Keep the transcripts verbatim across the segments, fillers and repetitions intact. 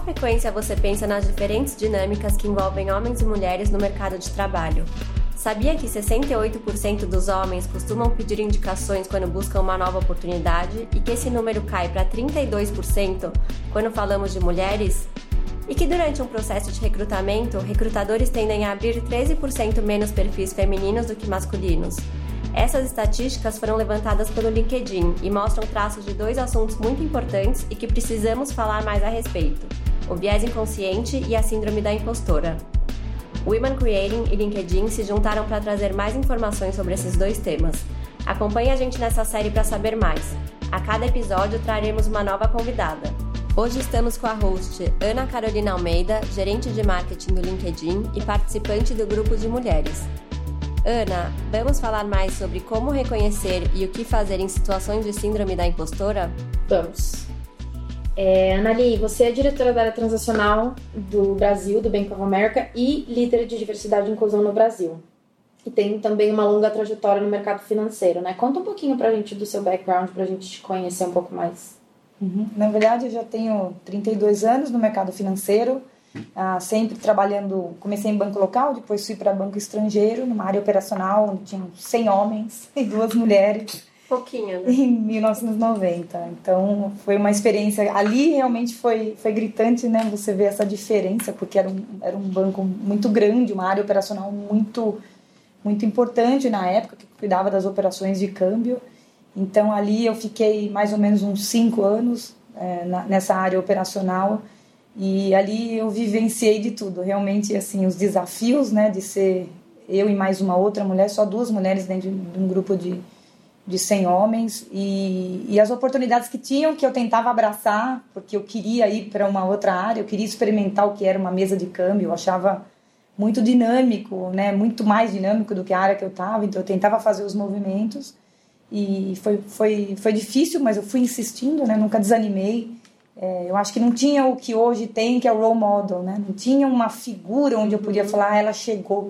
frequência você pensa nas diferentes dinâmicas que envolvem homens e mulheres no mercado de trabalho? Sabia que sessenta e oito por cento dos homens costumam pedir indicações quando buscam uma nova oportunidade e que esse número cai para trinta e dois por cento quando falamos de mulheres? E que durante um processo de recrutamento, recrutadores tendem a abrir treze por cento menos perfis femininos do que masculinos? Essas estatísticas foram levantadas pelo LinkedIn e mostram traços de dois assuntos muito importantes e que precisamos falar mais a respeito: o viés inconsciente e a síndrome da impostora. Women Creating e LinkedIn se juntaram para trazer mais informações sobre esses dois temas. Acompanhe a gente nessa série para saber mais. A cada episódio traremos uma nova convidada. Hoje estamos com a host Ana Carolina Almeida, gerente de marketing do LinkedIn e participante do grupo de mulheres. Ana, vamos falar mais sobre como reconhecer e o que fazer em situações de síndrome da impostora? Vamos. É, Anali, você é diretora da área transacional do Brasil, do Bank of America, e líder de diversidade e inclusão no Brasil. E tem também uma longa trajetória no mercado financeiro, né? Conta um pouquinho pra gente do seu background, pra gente te conhecer um pouco mais. Uhum. Na verdade, eu já tenho trinta e dois anos no mercado financeiro, ah, sempre trabalhando, comecei em banco local, depois fui para banco estrangeiro, numa área operacional, onde tinham cem homens e duas mulheres. Pouquinho, né? Em mil novecentos e noventa. Então, foi uma experiência, ali realmente foi, foi gritante, né? Você vê essa diferença, porque era um, era um banco muito grande, uma área operacional muito, muito importante na época, que cuidava das operações de câmbio. Então, ali eu fiquei mais ou menos uns cinco anos é, na, nessa área operacional e ali eu vivenciei de tudo. Realmente, assim, os desafios, né, de ser eu e mais uma outra mulher, só duas mulheres dentro de um grupo de, de cem homens e, e as oportunidades que tinham que eu tentava abraçar, porque eu queria ir para uma outra área, eu queria experimentar o que era uma mesa de câmbio, eu achava muito dinâmico, né, muito mais dinâmico do que a área que eu estava, então eu tentava fazer os movimentos. E foi, foi, foi difícil, mas eu fui insistindo, né? Nunca desanimei. É, eu acho que não tinha o que hoje tem, que é o role model, né? Não tinha uma figura onde eu podia falar, ah, ela chegou.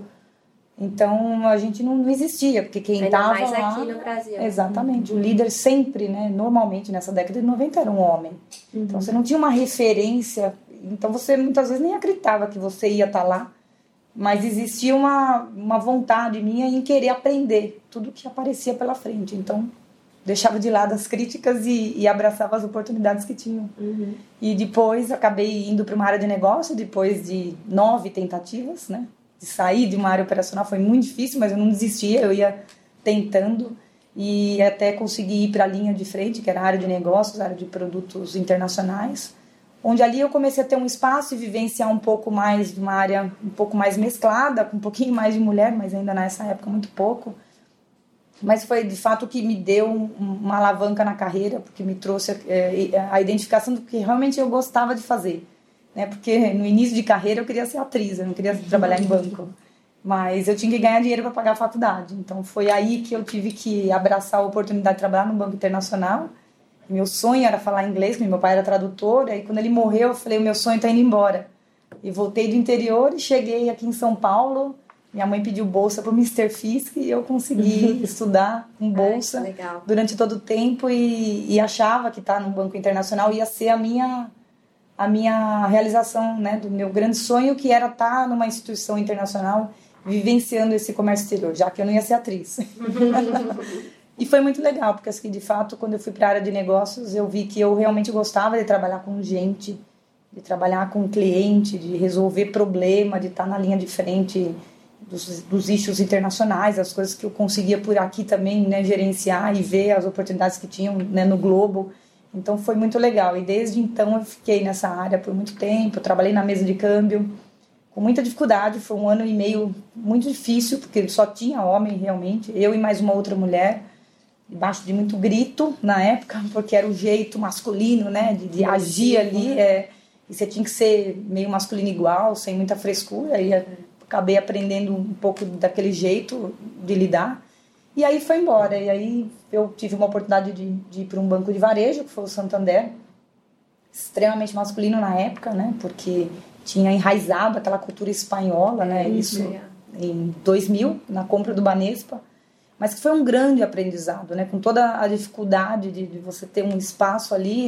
Então, a gente não, não existia, porque quem estava mais lá... aqui no Brasil. Exatamente. Uhum. O líder sempre, né? Normalmente, nessa década de noventa, era um homem. Uhum. Então, você não tinha uma referência. Então, você muitas vezes nem acreditava que você ia estar lá. Mas existia uma, uma vontade minha em querer aprender tudo que aparecia pela frente. Então, deixava de lado as críticas e, e abraçava as oportunidades que tinham. Uhum. E depois, acabei indo para uma área de negócio, depois de nove tentativas, né? De sair de uma área operacional foi muito difícil, mas eu não desistia, eu ia tentando. E até consegui ir para a linha de frente, que era a área de negócios, a área de produtos internacionais, onde ali eu comecei a ter um espaço e vivenciar um pouco mais de uma área um pouco mais mesclada, com um pouquinho mais de mulher, mas ainda nessa época muito pouco. Mas foi de fato o que me deu um, uma alavanca na carreira, porque me trouxe é, a identificação do que realmente eu gostava de fazer. Né? Porque no início de carreira eu queria ser atriz, eu não queria trabalhar em banco. Mas eu tinha que ganhar dinheiro para pagar a faculdade. Então foi aí que eu tive que abraçar a oportunidade de trabalhar no Banco Internacional. Meu sonho era falar inglês, porque meu pai era tradutor, e quando ele morreu eu falei, o meu sonho está indo embora. E voltei do interior e cheguei aqui em São Paulo, minha mãe pediu bolsa para o mister Fisk e eu consegui estudar com bolsa. Ai, durante todo o tempo e, e achava que estar no Banco Internacional ia ser a minha, a minha realização, né, do meu grande sonho, que era estar numa instituição internacional vivenciando esse comércio exterior, já que eu não ia ser atriz. E foi muito legal, porque assim, de fato, quando eu fui para a área de negócios, eu vi que eu realmente gostava de trabalhar com gente, de trabalhar com cliente, de resolver problema, de estar na linha de frente dos, dos issues internacionais, as coisas que eu conseguia por aqui também, né, gerenciar e ver as oportunidades que tinham, né, no globo. Então foi muito legal. E desde então eu fiquei nessa área por muito tempo, eu trabalhei na mesa de câmbio, com muita dificuldade, foi um ano e meio muito difícil, porque só tinha homem realmente, eu e mais uma outra mulher, debaixo de muito grito na época, porque era o jeito masculino, né, de, de agir ali, é, e você tinha que ser meio masculino igual, sem muita frescura, e acabei aprendendo um pouco daquele jeito de lidar, e aí foi embora, e aí eu tive uma oportunidade de, de ir para um banco de varejo, que foi o Santander, extremamente masculino na época, né, porque tinha enraizado aquela cultura espanhola, né, isso em dois mil, na compra do Banespa, mas que foi um grande aprendizado, né? Com toda a dificuldade de, de você ter um espaço ali,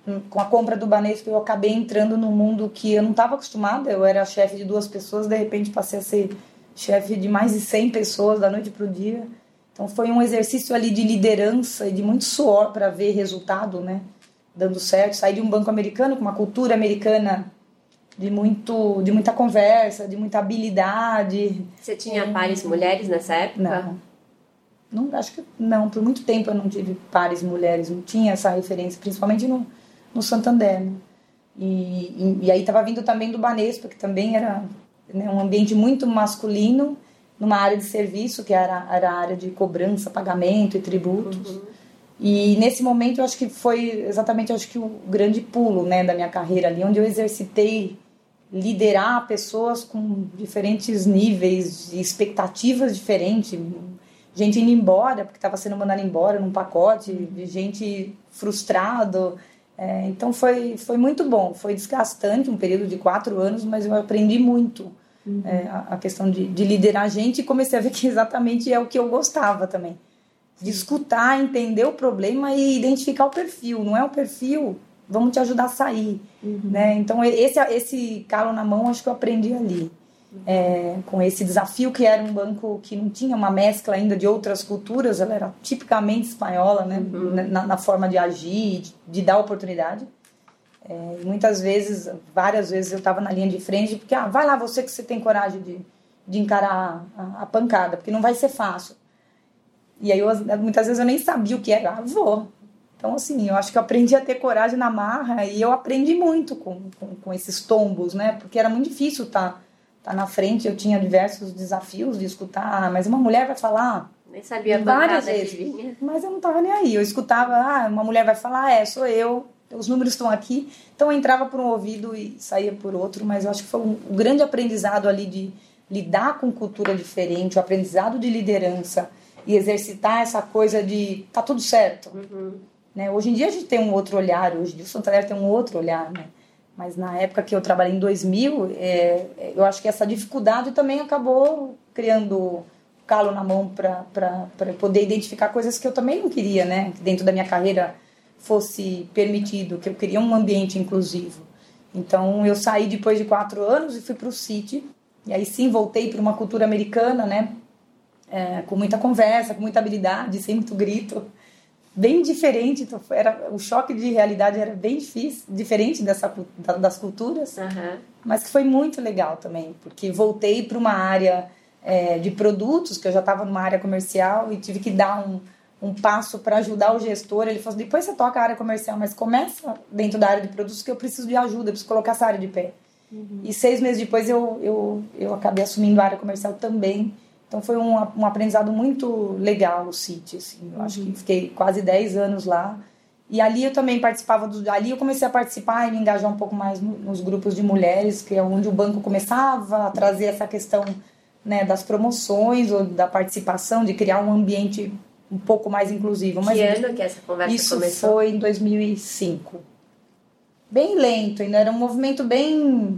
com a compra do Banespa, eu acabei entrando num mundo que eu não estava acostumada. Eu era chefe de duas pessoas, de repente passei a ser chefe de mais de cem pessoas da noite para o dia. Então foi um exercício ali de liderança e de muito suor para ver resultado, né, dando certo. Saí de um banco americano com uma cultura americana de, muito, de muita conversa, de muita habilidade. Você tinha é... pares mulheres nessa época? Não. Não, acho que não. Por muito tempo eu não tive pares mulheres, não tinha essa referência, principalmente no, no Santander. Né? E, e, e aí estava vindo também do Banespa, que também era, né, um ambiente muito masculino, numa área de serviço, que era, era a área de cobrança, pagamento e tributos. Uhum. E nesse momento eu acho que foi exatamente eu acho que o grande pulo, né, da minha carreira ali, onde eu exercitei liderar pessoas com diferentes níveis e expectativas diferentes. Gente indo embora, porque estava sendo mandada embora num pacote, uhum. gente frustrado. É, então foi, foi muito bom, foi desgastante, um período de quatro anos, mas eu aprendi muito. Uhum. É, a, a questão de, de liderar a gente, e comecei a ver que exatamente é o que eu gostava também. De escutar, entender o problema e identificar o perfil. Não é o perfil, vamos te ajudar a sair. Uhum. Né? Então, esse, esse calo na mão, acho que eu aprendi ali. Uhum. É, com esse desafio que era um banco que não tinha uma mescla ainda de outras culturas, ela era tipicamente espanhola, né? Uhum. na, na forma de agir, de, de dar oportunidade. É, e muitas vezes, várias vezes eu estava na linha de frente, porque, ah, vai lá você que você tem coragem de, de encarar a, a pancada, porque não vai ser fácil. E aí, eu, muitas vezes eu nem sabia o que era, ah, vou. Então, assim, eu acho que eu aprendi a ter coragem na marra, e eu aprendi muito com, com, com esses tombos, né, porque era muito difícil estar tá, tá na frente, eu tinha diversos desafios de escutar, ah, mas uma mulher vai falar... Nem sabia várias vezes, mas eu não estava nem aí, eu escutava, ah, uma mulher vai falar, é, sou eu, os números estão aqui, então eu entrava por um ouvido e saía por outro, mas eu acho que foi um, um grande aprendizado ali de lidar com cultura diferente, o aprendizado de liderança e exercitar essa coisa de tá tudo certo. Uhum. Né? Hoje em dia a gente tem um outro olhar, hoje em dia o Santander tem um outro olhar, né? Mas na época que eu trabalhei em dois mil, é, eu acho que essa dificuldade também acabou criando calo na mão para poder identificar coisas que eu também não queria, né? Que dentro da minha carreira fosse permitido, que eu queria um ambiente inclusivo. Então, eu saí depois de quatro anos e fui para o Citi. E aí, sim, voltei para uma cultura americana, né? É, com muita conversa, com muita habilidade, sem muito grito. Bem diferente. Então, era, o choque de realidade era bem difícil, diferente dessa, das culturas. Uhum. Mas que foi muito legal também, porque voltei para uma área é, de produtos, que eu já estava numa área comercial e tive que dar um... um passo para ajudar o gestor. Ele falou, depois você toca a área comercial, mas começa dentro da área de produtos, que eu preciso de ajuda, eu preciso colocar essa área de pé. Uhum. E seis meses depois eu, eu, eu acabei assumindo a área comercial também. Então foi um, um aprendizado muito legal o Citi, assim. Eu uhum. acho que fiquei quase dez anos lá. E ali eu também participava, do, ali eu comecei a participar e me engajar um pouco mais no, nos grupos de mulheres, que é onde o banco começava a trazer essa questão, né, das promoções ou da participação, de criar um ambiente um pouco mais inclusivo. Que mas ano que essa conversa isso começou? Isso foi em dois mil e cinco. Bem lento, ainda era um movimento bem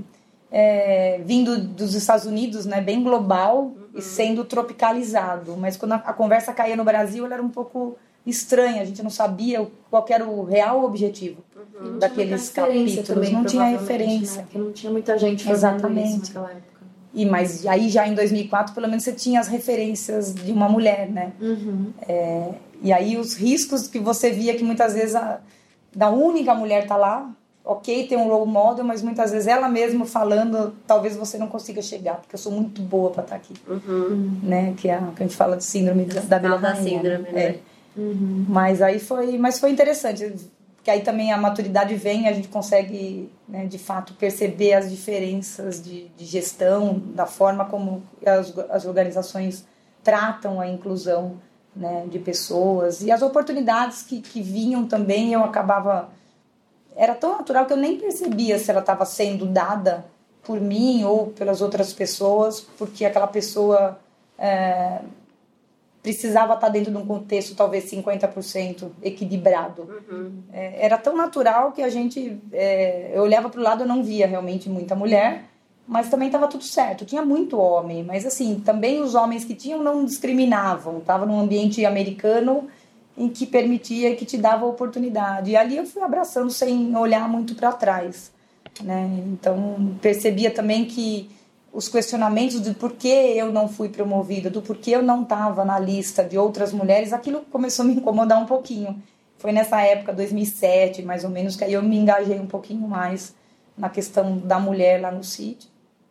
é, vindo dos Estados Unidos, né, bem global, uhum. e sendo tropicalizado. Mas quando a, a conversa caía no Brasil, ela era um pouco estranha, a gente não sabia qual era o real objetivo uhum. daqueles capítulos. Também, não tinha referência. Né? Porque não tinha muita gente fazendo Exatamente. isso naquela época. E, mas aí já em dois mil e quatro, pelo menos você tinha as referências de uma mulher, né? Uhum. É, e aí os riscos que você via que muitas vezes a, da única mulher tá lá, ok, tem um role model, mas muitas vezes ela mesma falando, talvez você não consiga chegar, porque eu sou muito boa para estar aqui. Uhum. Né? Que, é a, que a gente fala de síndrome da, da Bela da síndrome, né? É. Uhum. Mas aí foi, mas foi interessante, porque aí também a maturidade vem, a gente consegue, né, de fato perceber as diferenças de, de gestão, da forma como as, as organizações tratam a inclusão, né, de pessoas e as oportunidades que, que vinham também. Eu acabava, era tão natural que eu nem percebia se ela estava sendo dada por mim ou pelas outras pessoas, porque aquela pessoa é, precisava estar dentro de um contexto talvez cinquenta por cento equilibrado. Uhum. É, era tão natural que a gente... É, eu olhava para o lado e não via realmente muita mulher, mas também estava tudo certo. Tinha muito homem, mas assim, também os homens que tinham não discriminavam. Estava num ambiente americano em que permitia e que te dava oportunidade. E ali eu fui abraçando sem olhar muito para trás, né? Então, percebia também que os questionamentos do porquê eu não fui promovida, do porquê eu não estava na lista de outras mulheres, aquilo começou a me incomodar um pouquinho. Foi nessa época, dois mil e sete, mais ou menos, que aí eu me engajei um pouquinho mais na questão da mulher lá no sítio.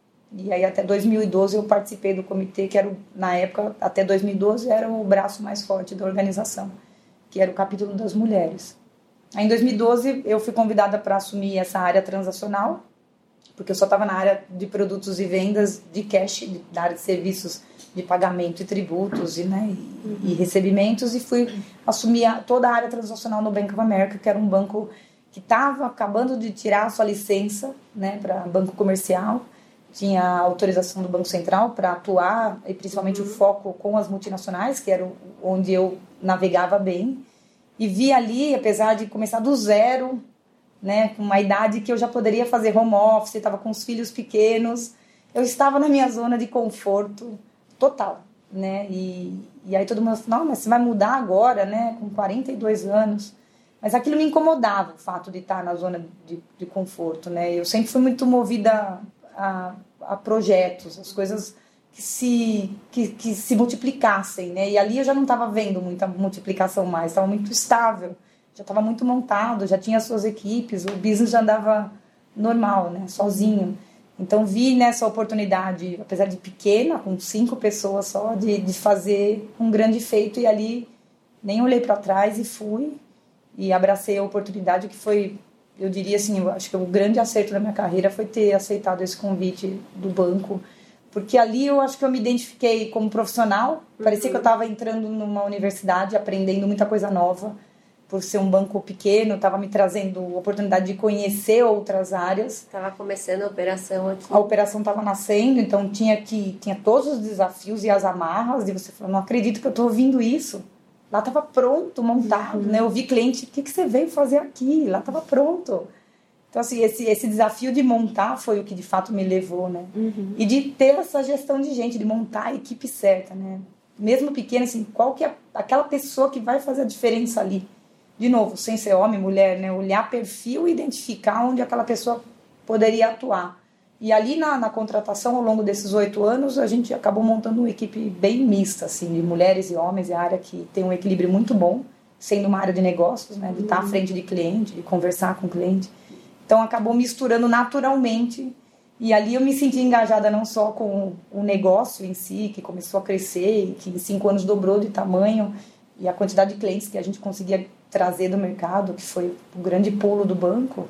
E aí até dois mil e doze eu participei do comitê, que era, na época, até dois mil e doze, era o braço mais forte da organização, que era o capítulo das mulheres. Aí em dois mil e doze eu fui convidada para assumir essa área transacional, porque eu só estava na área de produtos e vendas de cash, da área de serviços de pagamento e tributos e, né, e, uhum. e recebimentos, e fui assumir a, toda a área transacional no Bank of America, que era um banco que estava acabando de tirar a sua licença, né, para banco comercial. Tinha a autorização do Banco Central para atuar, e principalmente uhum. o foco com as multinacionais, que era onde eu navegava bem. E vi ali, apesar de começar do zero, né, com uma idade que eu já poderia fazer home office, estava com os filhos pequenos, eu estava na minha zona de conforto total, né, e, e aí todo mundo falou, não, mas você vai mudar agora, né, com quarenta e dois anos, mas aquilo me incomodava, o fato de estar na zona de, de conforto, né, eu sempre fui muito movida a, a projetos, as coisas que se, que, que se multiplicassem, né, e ali eu já não estava vendo muita multiplicação mais, estava muito estável, já estava muito montado, já tinha suas equipes, o business já andava normal, né, sozinho. Então vi nessa oportunidade, apesar de pequena, com cinco pessoas só, de, de fazer um grande feito, e ali nem olhei para trás e fui e abracei a oportunidade, que foi, eu diria assim, eu acho que o grande acerto da minha carreira foi ter aceitado esse convite do banco, porque ali eu acho que eu me identifiquei como profissional, parecia uhum. que eu estava entrando numa universidade, aprendendo muita coisa nova, por ser um banco pequeno, estava me trazendo oportunidade de conhecer outras áreas. Estava começando a operação aqui. A operação estava nascendo, então tinha, que, tinha todos os desafios e as amarras, e você falou, não acredito que eu estou ouvindo isso. Lá estava pronto, montado, uhum. né? Eu vi cliente, o que, que você veio fazer aqui? Lá estava pronto. Então, assim, esse, esse desafio de montar foi o que de fato me levou, né? Uhum. E de ter essa gestão de gente, de montar a equipe certa, né? Mesmo pequena, assim, qual que é aquela pessoa que vai fazer a diferença ali? De novo, sem ser homem, mulher, né? Olhar perfil e identificar onde aquela pessoa poderia atuar. E ali na, na contratação, ao longo desses oito anos, a gente acabou montando uma equipe bem mista, assim, de mulheres e homens, e a área que tem um equilíbrio muito bom, sendo uma área de negócios, né? De estar à frente de cliente, de conversar com o cliente. Então, acabou misturando naturalmente. E ali eu me senti engajada não só com o negócio em si, que começou a crescer, e que em cinco anos dobrou de tamanho, e a quantidade de clientes que a gente conseguia trazer do mercado, que foi o grande pulo do banco,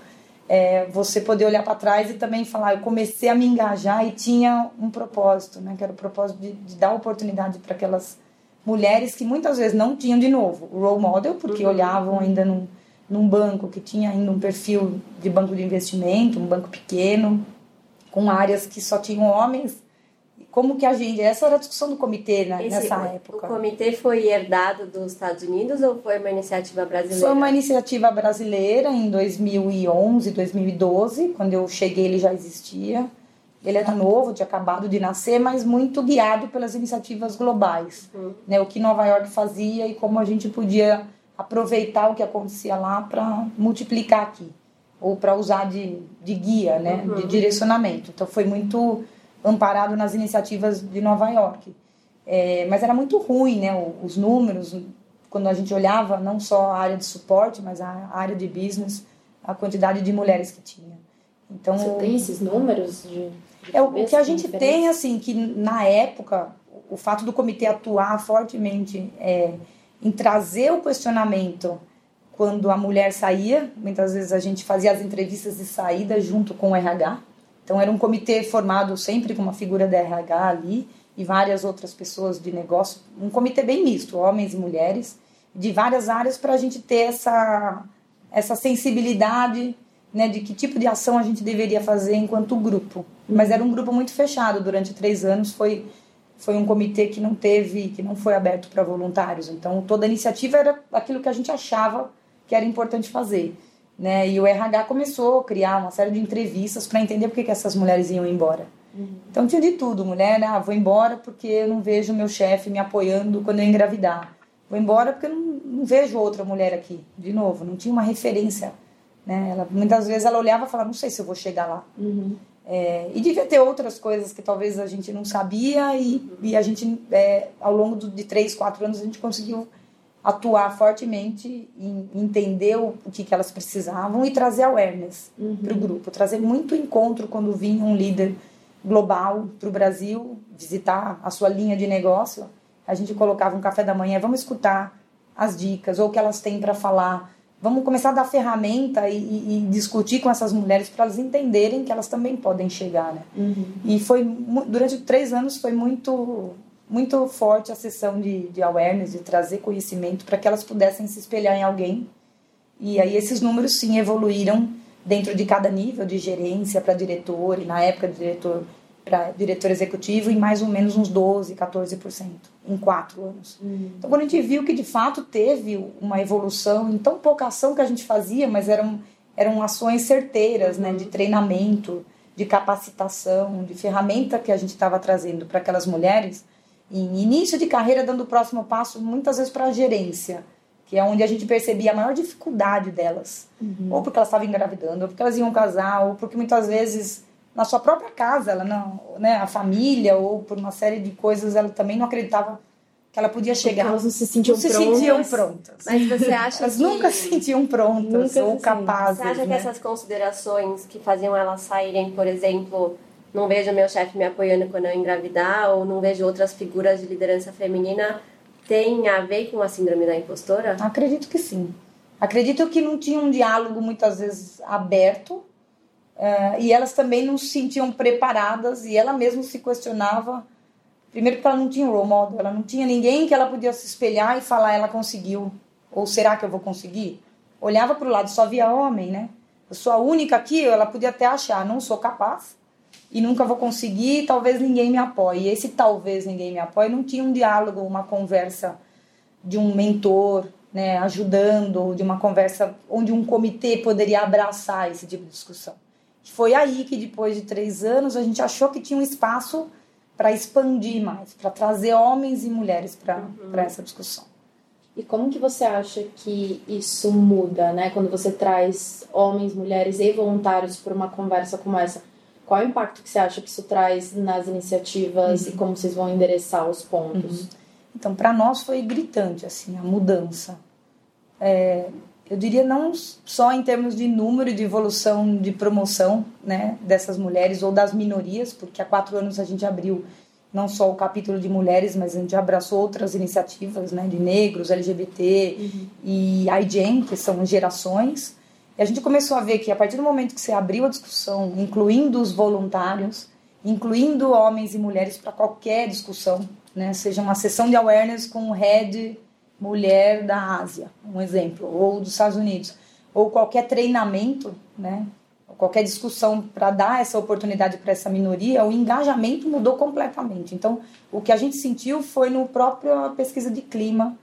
é você poder olhar para trás e também falar, eu comecei a me engajar e tinha um propósito, né, que era o propósito de, de dar oportunidade para aquelas mulheres que muitas vezes não tinham, de novo, o role model, porque uhum. olhavam ainda num, num banco que tinha ainda um perfil de banco de investimento, um banco pequeno, com áreas que só tinham homens. Como que a gente... Essa era a discussão do comitê, né, Esse, nessa época. O comitê foi herdado dos Estados Unidos ou foi uma iniciativa brasileira? Foi uma iniciativa brasileira em dois mil e onze, dois mil e doze. Quando eu cheguei, ele já existia. Ele era novo, tinha acabado de nascer, mas muito guiado pelas iniciativas globais. Uhum. Né, o que Nova York fazia e como a gente podia aproveitar o que acontecia lá para multiplicar aqui. Ou para usar de, de guia, né, uhum. de direcionamento. Então foi muito... amparado nas iniciativas de Nova York. É, mas era muito ruim, né? Os números, quando a gente olhava não só a área de suporte, mas a área de business, a quantidade de mulheres que tinha. Então, você tem esses números? De, de é o que a gente tem, assim, que na época, o fato do comitê atuar fortemente é, em trazer o questionamento quando a mulher saía, muitas vezes a gente fazia as entrevistas de saída junto com o R H. Então, era um comitê formado sempre com uma figura da R H ali e várias outras pessoas de negócio. Um comitê bem misto, homens e mulheres, de várias áreas, para a gente ter essa, essa sensibilidade, né, de que tipo de ação a gente deveria fazer enquanto grupo. Mas era um grupo muito fechado. Durante três anos foi, foi um comitê que não teve, que não foi aberto para voluntários. Então, toda a iniciativa era aquilo que a gente achava que era importante fazer. Né? E o R H começou a criar uma série de entrevistas para entender por que, que essas mulheres iam embora. Uhum. Então tinha de tudo, mulher, né? Ah, vou embora porque eu não vejo meu chefe me apoiando quando eu engravidar. vou embora porque eu não, não vejo outra mulher aqui. De novo, não tinha uma referência, né? Ela, muitas vezes ela olhava e falava, não sei se eu vou chegar lá. Uhum. É, e devia ter outras coisas que talvez a gente não sabia e, e a gente, é, ao longo do, de três, quatro anos, a gente conseguiu atuar fortemente em entender o, o que, que elas precisavam e trazer awareness uhum. para o grupo. Trazer muito encontro quando vinha um líder global para o Brasil visitar a sua linha de negócio. A gente colocava um café da manhã, vamos escutar as dicas ou o que elas têm para falar. Vamos começar a dar ferramenta e, e, e discutir com essas mulheres para elas entenderem que elas também podem chegar, né? Uhum. E foi, durante três anos foi muito, muito forte a sessão de, de awareness, de trazer conhecimento para que elas pudessem se espelhar em alguém. E aí esses números, sim, evoluíram dentro de cada nível, de gerência para diretor, e na época de diretor para diretor executivo, em mais ou menos uns doze, quatorze por cento em quatro anos. Uhum. Então, quando a gente viu que, de fato, teve uma evolução em tão pouca ação que a gente fazia, mas eram, eram ações certeiras, uhum. né, de treinamento, de capacitação, de ferramenta que a gente estava trazendo para aquelas mulheres, em início de carreira, dando o próximo passo, muitas vezes para a gerência, que é onde a gente percebia a maior dificuldade delas. Uhum. Ou porque elas estavam engravidando, ou porque elas iam casar, ou porque muitas vezes na sua própria casa, ela não, né, a família, ou por uma série de coisas, ela também não acreditava que ela podia chegar. Porque elas não se sentiam não se prontas. sentiam prontas. Mas você acha elas que... nunca se sentiam prontas nunca ou capazes. Você acha né? que essas considerações que faziam elas saírem, por exemplo, não vejo meu chefe me apoiando quando eu engravidar, ou não vejo outras figuras de liderança feminina, tem a ver com a síndrome da impostora? Acredito que sim. Acredito que não tinha um diálogo muitas vezes aberto, uh, e elas também não se sentiam preparadas, e ela mesma se questionava, primeiro porque ela não tinha um role model, ela não tinha ninguém que ela podia se espelhar e falar, ela conseguiu, ou será que eu vou conseguir? Olhava para o lado, só via homem, né? Eu sou a única aqui, ela podia até achar, não sou capaz, e nunca vou conseguir, talvez ninguém me apoie. E esse talvez ninguém me apoie não tinha um diálogo, uma conversa de um mentor, né, ajudando, de uma conversa onde um comitê poderia abraçar esse tipo de discussão. Foi aí que depois de três anos a gente achou que tinha um espaço para expandir mais, para trazer homens e mulheres para uhum. para essa discussão. E como que você acha que isso muda, né? Quando você traz homens, mulheres e voluntários para uma conversa como essa? Qual é o impacto que você acha que isso traz nas iniciativas uhum. e como vocês vão endereçar os pontos? Uhum. Então, para nós foi gritante, assim, a mudança. É, eu diria não só em termos de número, de evolução, de promoção, né, dessas mulheres ou das minorias, porque há quatro anos a gente abriu não só o capítulo de mulheres, mas a gente abraçou outras iniciativas, né, de negros, L G B T uhum. e I G E M, que são gerações. E a gente começou a ver que a partir do momento que você abriu a discussão, incluindo os voluntários, incluindo homens e mulheres para qualquer discussão, né, seja uma sessão de awareness com o head mulher da Ásia, um exemplo, ou dos Estados Unidos, ou qualquer treinamento, né, qualquer discussão para dar essa oportunidade para essa minoria, o engajamento mudou completamente. Então, o que a gente sentiu foi no próprio pesquisa de clima,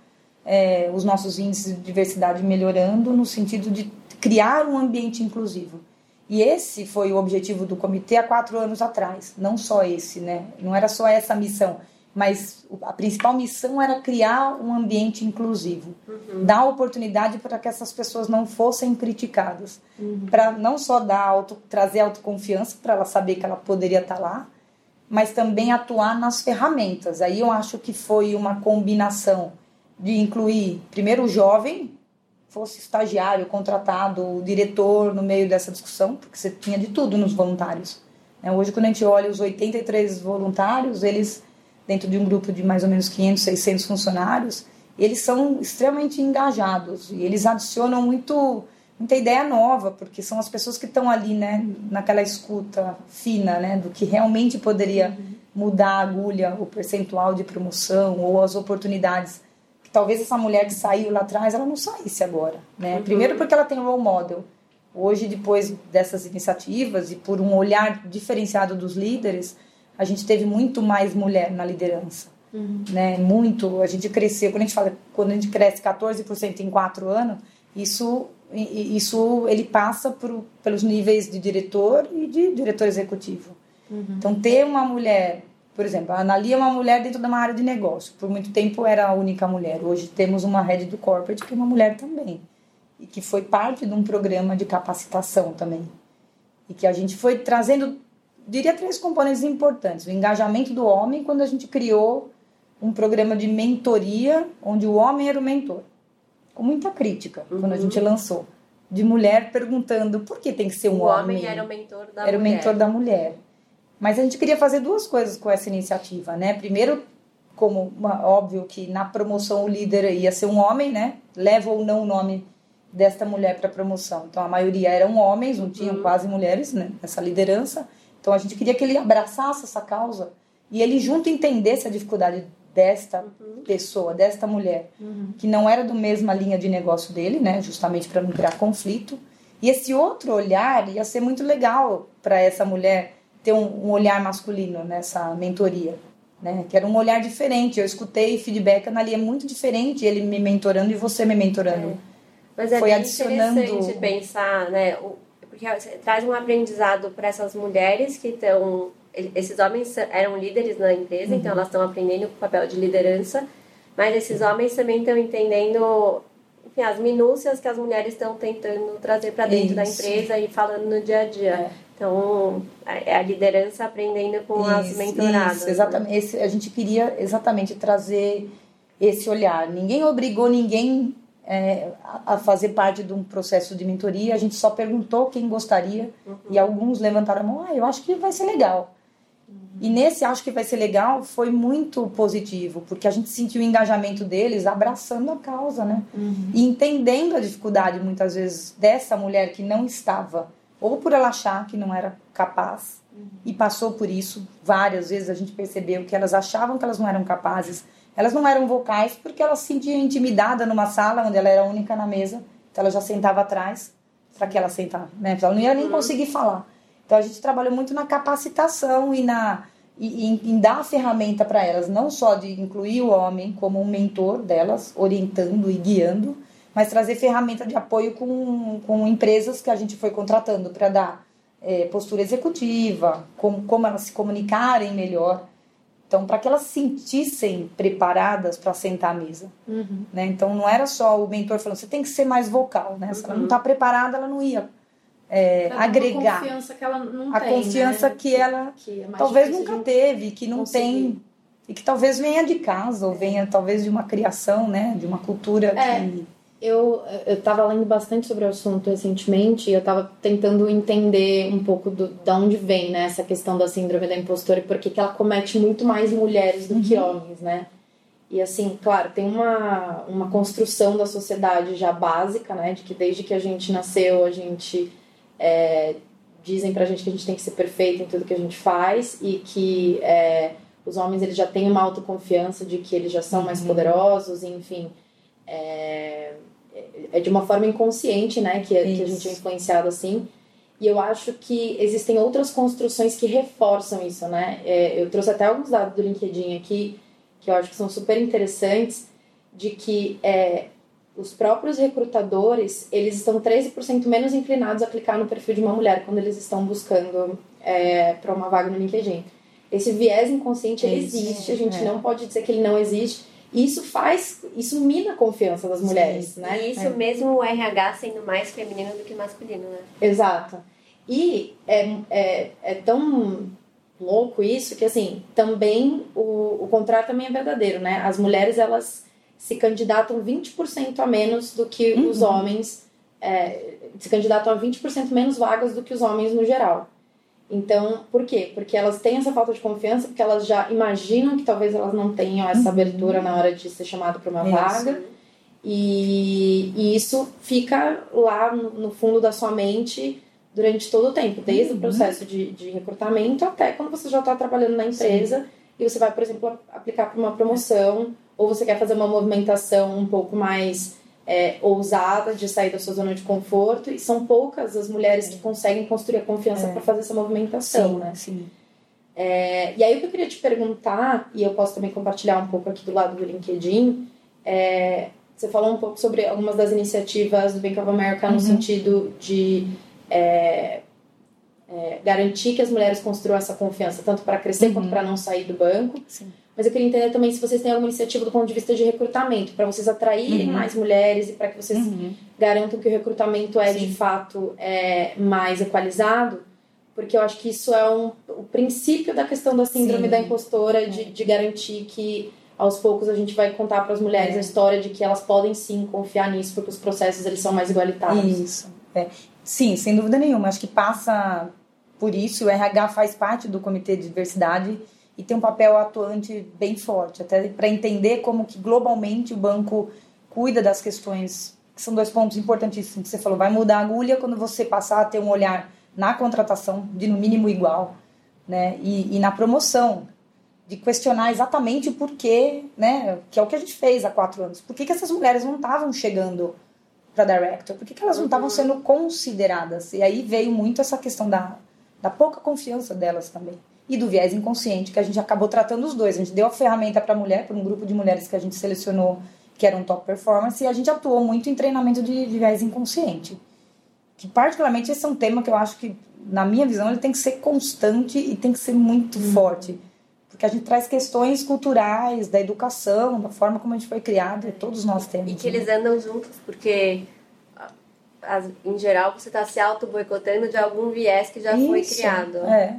é, os nossos índices de diversidade melhorando no sentido de criar um ambiente inclusivo. E esse foi o objetivo do comitê há quatro anos atrás, não só esse, né? Não era só essa missão, mas a principal missão era criar um ambiente inclusivo, uhum. dar oportunidade para que essas pessoas não fossem criticadas, uhum. para não só dar auto, trazer autoconfiança para ela saber que ela poderia estar lá, mas também atuar nas ferramentas. Aí eu acho que foi uma combinação de incluir primeiro o jovem, fosse estagiário, contratado, diretor no meio dessa discussão, porque você tinha de tudo nos voluntários. Hoje, quando a gente olha os oitenta e três voluntários, eles, dentro de um grupo de mais ou menos quinhentos, seiscentos funcionários, eles são extremamente engajados e eles adicionam muito, muita ideia nova, porque são as pessoas que estão ali, né, naquela escuta fina, né, do que realmente poderia mudar a agulha, o percentual de promoção ou as oportunidades. Talvez essa mulher que saiu lá atrás, ela não saísse agora, né? Uhum. Primeiro porque ela tem um role model. Hoje, depois dessas iniciativas e por um olhar diferenciado dos líderes, a gente teve muito mais mulher na liderança, uhum. né? Muito, a gente cresceu, quando a gente fala, quando a gente cresce quatorze por cento em quatro anos, isso, isso ele passa por, pelos níveis de diretor e de diretor executivo. Uhum. Então, ter uma mulher Por exemplo, a Anali é uma mulher dentro de uma área de negócio. Por muito tempo era a única mulher. Hoje temos uma head do corporate que é uma mulher também. E que foi parte de um programa de capacitação também. E que a gente foi trazendo, diria, três componentes importantes. O engajamento do homem, quando a gente criou um programa de mentoria, onde o homem era o mentor. Com muita crítica, uhum. quando a gente lançou. De mulher perguntando por que tem que ser um o homem. O homem era o mentor da era mulher. Era o mentor da mulher. Mas a gente queria fazer duas coisas com essa iniciativa, né? Primeiro, como uma, óbvio que na promoção o líder ia ser um homem, né? Leva ou não o nome desta mulher para a promoção. Então a maioria eram homens, não tinham uhum. quase mulheres, né? Nessa liderança. Então a gente queria que ele abraçasse essa causa e ele junto entendesse a dificuldade desta uhum. pessoa, desta mulher, uhum. que não era da mesma linha de negócio dele, né? Justamente para não criar conflito. E esse outro olhar ia ser muito legal para essa mulher ter um, um olhar masculino nessa mentoria, né? Que era um olhar diferente. Eu escutei feedback, Anali, é muito diferente ele me mentorando e você me mentorando. É. Mas é Foi bem adicionando... interessante pensar, né? Porque traz um aprendizado para essas mulheres que estão... Esses homens eram líderes na empresa, uhum. então elas estão aprendendo o papel de liderança, mas esses homens também estão entendendo, enfim, as minúcias que as mulheres estão tentando trazer para dentro Isso. da empresa e falando no dia a dia. É. Então, é a liderança aprendendo com isso, as mentoradas. Isso, exatamente. Né? Esse, a gente queria exatamente trazer esse olhar. Ninguém obrigou ninguém é, a fazer parte de um processo de mentoria. A gente só perguntou quem gostaria uhum. e alguns levantaram a mão. Ah, eu acho que vai ser legal. Uhum. E nesse acho que vai ser legal foi muito positivo, porque a gente sentiu o engajamento deles abraçando a causa, né? Uhum. E entendendo a dificuldade, muitas vezes, dessa mulher que não estava... ou por ela achar que não era capaz, uhum. e passou por isso. Várias vezes a gente percebeu que elas achavam que elas não eram capazes, elas não eram vocais porque elas se sentiam intimidadas numa sala onde ela era a única na mesa, então ela já sentava atrás, para que ela sentar, né? Ela não ia nem conseguir falar. Então a gente trabalhou muito na capacitação e, na, e, em, em dar a ferramenta para elas, não só de incluir o homem como um mentor delas, orientando e guiando, mas trazer ferramenta de apoio com, com empresas que a gente foi contratando para dar é, postura executiva, como, como elas se comunicarem melhor. Então, para que elas se sentissem preparadas para sentar à mesa. Uhum. Né? Então, não era só o mentor falando, você tem que ser mais vocal. Né? Se uhum. ela não está preparada, ela não ia é, agregar. A confiança que ela não a tem. A confiança né? que, que ela que é talvez nunca teve, que não conseguir. tem... E que talvez venha de casa, ou venha talvez de uma criação, né? De uma cultura é. que... Eu estava lendo bastante sobre o assunto recentemente e eu estava tentando entender um pouco do, de onde vem, né, essa questão da síndrome da impostora e por que ela comete muito mais mulheres do uhum. que homens, né? E assim, claro, tem uma, uma construção da sociedade já básica, né, de que desde que a gente nasceu, a gente... É, dizem pra gente que a gente tem que ser perfeito em tudo que a gente faz e que é, os homens eles já têm uma autoconfiança de que eles já são uhum. mais poderosos, enfim... É, é de uma forma inconsciente, né, que, que a gente é influenciado assim, e eu acho que existem outras construções que reforçam isso, né, é, eu trouxe até alguns dados do LinkedIn aqui, que eu acho que são super interessantes, de que é, os próprios recrutadores, eles estão treze por cento menos inclinados a clicar no perfil de uma mulher quando eles estão buscando é, para uma vaga no LinkedIn. Esse viés inconsciente, ele isso, existe, a gente é. não pode dizer que ele não existe. E isso faz, isso mina a confiança das mulheres, Sim, né? E isso é. mesmo o R H sendo mais feminino do que masculino, né? Exato. E é, é, é tão louco isso que, assim, também o, o contrário também é verdadeiro, né? As mulheres, elas se candidatam vinte por cento a menos do que uhum. os homens, é, se candidatam a vinte por cento menos vagas do que os homens no geral. Então, por quê? Porque elas têm essa falta de confiança, porque elas já imaginam que talvez elas não tenham essa abertura uhum. na hora de ser chamado para uma isso. vaga. E, e isso fica lá no, no fundo da sua mente durante todo o tempo, desde uhum. o processo de, de recrutamento até quando você já está trabalhando na empresa Sim. e você vai, por exemplo, aplicar para uma promoção ou você quer fazer uma movimentação um pouco mais... É, ousada de sair da sua zona de conforto, e são poucas as mulheres que conseguem construir a confiança é. para fazer essa movimentação, sim, né? Sim. É, e aí o que eu queria te perguntar, e eu posso também compartilhar um pouco aqui do lado do LinkedIn, é, você falou um pouco sobre algumas das iniciativas do Bank of America no uhum. sentido de é, é, garantir que as mulheres construam essa confiança, tanto para crescer uhum. quanto para não sair do banco. Sim. Mas eu queria entender também se vocês têm alguma iniciativa do ponto de vista de recrutamento, para vocês atraírem uhum. mais mulheres e para que vocês uhum. garantam que o recrutamento é, Sim. de fato, é, mais equalizado, porque eu acho que isso é um, o princípio da questão da síndrome Sim. da impostora, de, de garantir que, aos poucos, a gente vai contar para as mulheres é. a história de que elas podem, sim, confiar nisso, porque os processos eles são mais igualitários. Isso. É. Sim, sem dúvida nenhuma. Acho que passa por isso. O R H faz parte do Comitê de Diversidade e tem um papel atuante bem forte, até para entender como que globalmente o banco cuida das questões, que são dois pontos importantíssimos que você falou. Vai mudar a agulha quando você passar a ter um olhar na contratação de no mínimo igual, né? E, e na promoção, de questionar exatamente o porquê, né? Que é o que a gente fez há quatro anos. Por que, que essas mulheres não estavam chegando para director? Por que, que elas não estavam sendo consideradas? E aí veio muito essa questão da, da pouca confiança delas também. E do viés inconsciente, que a gente acabou tratando os dois. A gente deu a ferramenta para a mulher, para um grupo de mulheres que a gente selecionou, que eram top performance, e a gente atuou muito em treinamento de, de viés inconsciente. Que particularmente esse é um tema que eu acho que, na minha visão, ele tem que ser constante e tem que ser muito uhum. forte. Porque a gente traz questões culturais, da educação, da forma como a gente foi criado, e todos nós temos. E que né? eles andam juntos, porque, as, em geral, você está se auto-boicotando de algum viés que já Isso, foi criado. É.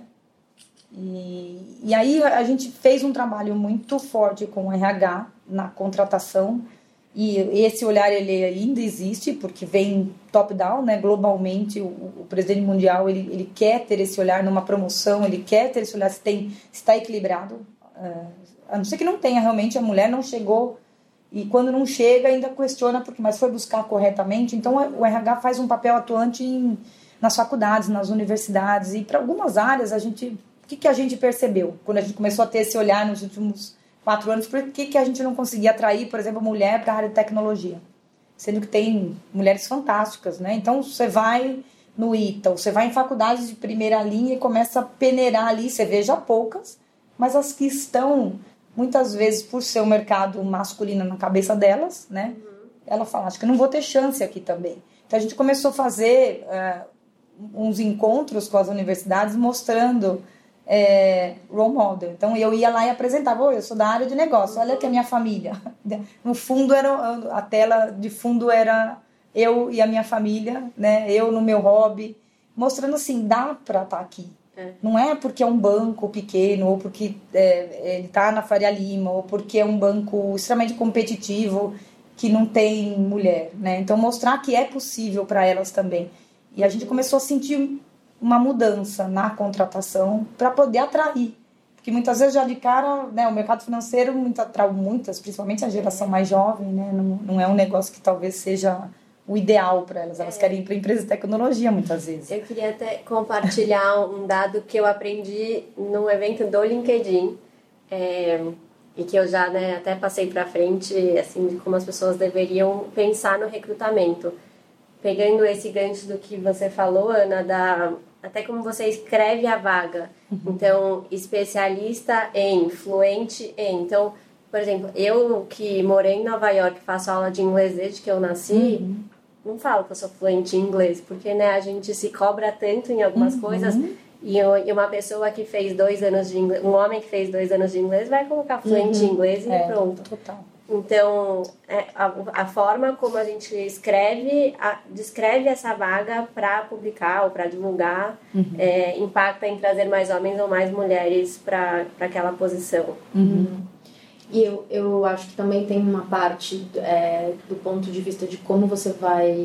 E, e aí a gente fez um trabalho muito forte com o R H na contratação, e esse olhar ele ainda existe, porque vem top-down, né? Globalmente, o, o presidente mundial ele, ele quer ter esse olhar numa promoção, ele quer ter esse olhar se está equilibrado, uh, a não ser que não tenha realmente, a mulher não chegou, e quando não chega ainda questiona, porque mas foi buscar corretamente. Então o R H faz um papel atuante em, nas faculdades, nas universidades, e para algumas áreas a gente... O que, que a gente percebeu quando a gente começou a ter esse olhar nos últimos quatro anos? Por que, que a gente não conseguia atrair, por exemplo, mulher para a área de tecnologia? Sendo que tem mulheres fantásticas, né? Então, você vai no I T A, você vai em faculdades de primeira linha e começa a peneirar ali, você vê já poucas, mas as que estão, muitas vezes, por ser o mercado masculino na cabeça delas, né? Uhum. Ela fala, acho que eu não vou ter chance aqui também. Então, a gente começou a fazer uh, uns encontros com as universidades mostrando... É, role model. Então eu ia lá e apresentava, oh, eu sou da área de negócio, olha que a minha família. No fundo era a tela de fundo era eu e a minha família, né? Eu no meu hobby, mostrando assim, dá para estar tá aqui. É. Não é porque é um banco pequeno, ou porque é, ele está na Faria Lima, ou porque é um banco extremamente competitivo que não tem mulher, né? Então mostrar que é possível para elas também. E a gente começou a sentir uma mudança na contratação para poder atrair. Porque muitas vezes já de cara, né, o mercado financeiro muito atrai muitas, principalmente a geração mais jovem, né, não, não é um negócio que talvez seja o ideal para elas. Elas é. querem ir para empresa de tecnologia muitas vezes. Eu queria até compartilhar um dado que eu aprendi no evento do LinkedIn, é, e que eu já né, até passei para frente, assim, de como as pessoas deveriam pensar no recrutamento. Pegando esse gancho do que você falou, Ana, da... até como você escreve a vaga. Uhum. Então, especialista em, fluente em. Então, por exemplo, eu que morei em Nova York, faço aula de inglês desde que eu nasci, uhum. não falo que eu sou fluente em inglês, porque né, a gente se cobra tanto em algumas uhum. coisas, e, eu, e uma pessoa que fez dois anos de inglês, um homem que fez dois anos de inglês vai colocar fluente uhum. em inglês e é, pronto. Total. Então, a, a forma como a gente escreve, a, descreve essa vaga para publicar ou para divulgar, uhum. é, impacta em trazer mais homens ou mais mulheres para aquela posição. Uhum. E eu, eu acho que também tem uma parte é, do ponto de vista de como você vai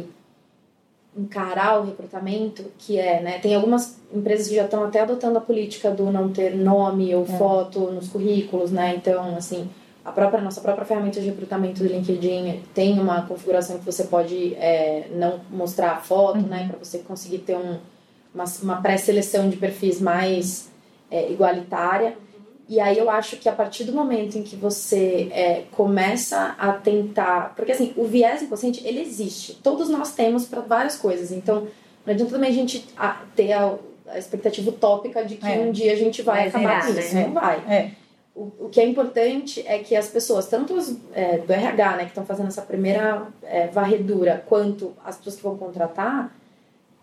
encarar o recrutamento, que é, né, tem algumas empresas que já estão até adotando a política do não ter nome ou é. foto nos currículos, né? Então, assim... A própria, nossa própria ferramenta de recrutamento do LinkedIn tem uma configuração que você pode é, não mostrar a foto, uhum. né, para você conseguir ter um, uma, uma pré-seleção de perfis mais é, igualitária. Uhum. E aí eu acho que a partir do momento em que você é, começa a tentar... Porque assim, o viés inconsciente, ele existe. Todos nós temos para várias coisas. Então, não adianta também a gente ter a, a expectativa utópica de que é. um dia a gente vai, vai acabar com isso. Né? Não vai. É. O que é importante é que as pessoas, tanto as é, do R H, né, que estão fazendo essa primeira é, varredura, quanto as pessoas que vão contratar,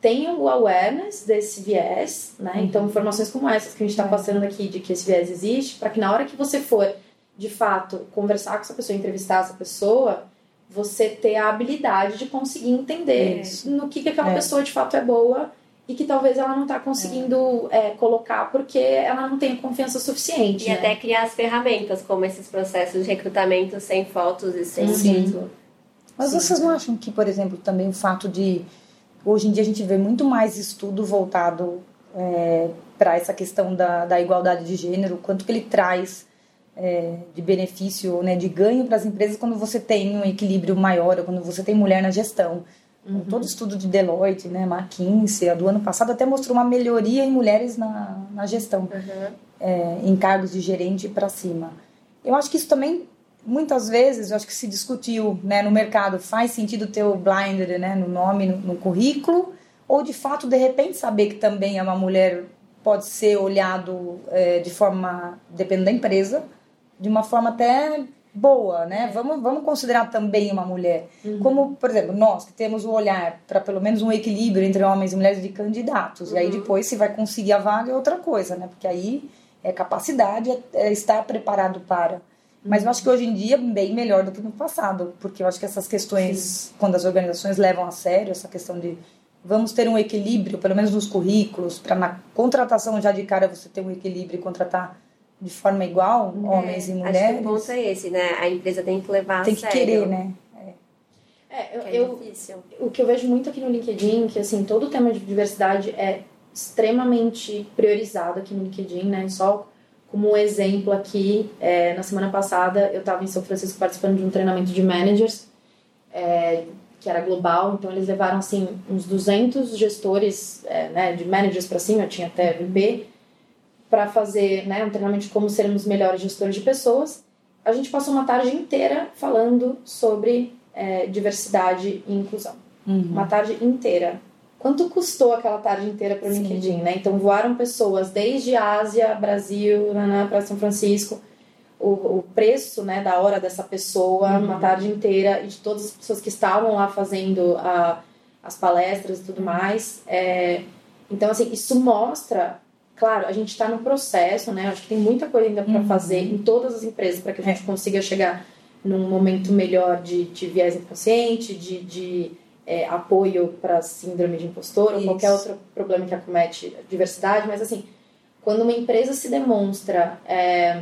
tenham o awareness desse viés, né? Uhum. Então, informações como essas que a gente está passando aqui, de que esse viés existe, para que na hora que você for, de fato, conversar com essa pessoa, entrevistar essa pessoa, você ter a habilidade de conseguir entender Isso. no que, que aquela é. pessoa de fato é boa e que talvez ela não está conseguindo é. É, colocar porque ela não tem confiança suficiente. E né? até criar as ferramentas, como esses processos de recrutamento sem fotos e sem Sim. título. Mas Sim. vocês não acham que, por exemplo, também o fato de... Hoje em dia a gente vê muito mais estudo voltado é, para essa questão da, da igualdade de gênero, quanto que ele traz é, de benefício, né, de ganho para as empresas quando você tem um equilíbrio maior, ou quando você tem mulher na gestão. Uhum. Todo estudo de Deloitte, né, McKinsey, a do ano passado até mostrou uma melhoria em mulheres na, na gestão, uhum. é, em cargos de gerente para cima. Eu acho que isso também, muitas vezes, eu acho que se discutiu, né, no mercado, faz sentido ter o blinded, né, no nome, no, no currículo, ou de fato, de repente, saber que também é uma mulher, pode ser olhado é, de forma, dependendo da empresa, de uma forma até boa, né? Vamos, vamos considerar também uma mulher. Uhum. Como, por exemplo, nós que temos o olhar para pelo menos um equilíbrio entre homens e mulheres de candidatos. Uhum. E aí depois se vai conseguir a vaga é outra coisa, né? Porque aí é capacidade, é, é estar preparado para. Mas eu acho que hoje em dia é bem melhor do que no passado, porque eu acho que essas questões, Sim. quando as organizações levam a sério essa questão de vamos ter um equilíbrio, pelo menos nos currículos, para na contratação já de cara você ter um equilíbrio e contratar de forma igual, é, homens e mulheres. Acho que o ponto é esse, né? A empresa tem que levar tem a sério. Tem que querer, né? É, é eu, é eu, difícil. O que eu vejo muito aqui no LinkedIn, que assim, todo o tema de diversidade é extremamente priorizado aqui no LinkedIn, né? Só como um exemplo aqui, é, na semana passada eu estava em São Francisco participando de um treinamento de managers, é, que era global, então eles levaram assim uns duzentos gestores, é, né, de managers para cima, tinha até V P, para fazer, né, um treinamento de como sermos melhores gestores de pessoas. A gente passou uma tarde inteira falando sobre é, diversidade e inclusão. Uhum. Uma tarde inteira. Quanto custou aquela tarde inteira para o LinkedIn, né? Então voaram pessoas desde Ásia, Brasil, para São Francisco. O, o preço, né, da hora dessa pessoa, uhum. uma tarde inteira, e de todas as pessoas que estavam lá fazendo a, as palestras e tudo mais. É, então, assim, isso mostra... Claro, a gente está no processo, né? Acho que tem muita coisa ainda para uhum. fazer em todas as empresas para que a gente é. consiga chegar num momento melhor de, de viés inconsciente, de, de é, apoio para síndrome de impostor Isso. ou qualquer outro problema que acomete a diversidade. Mas, assim, quando uma empresa se demonstra é,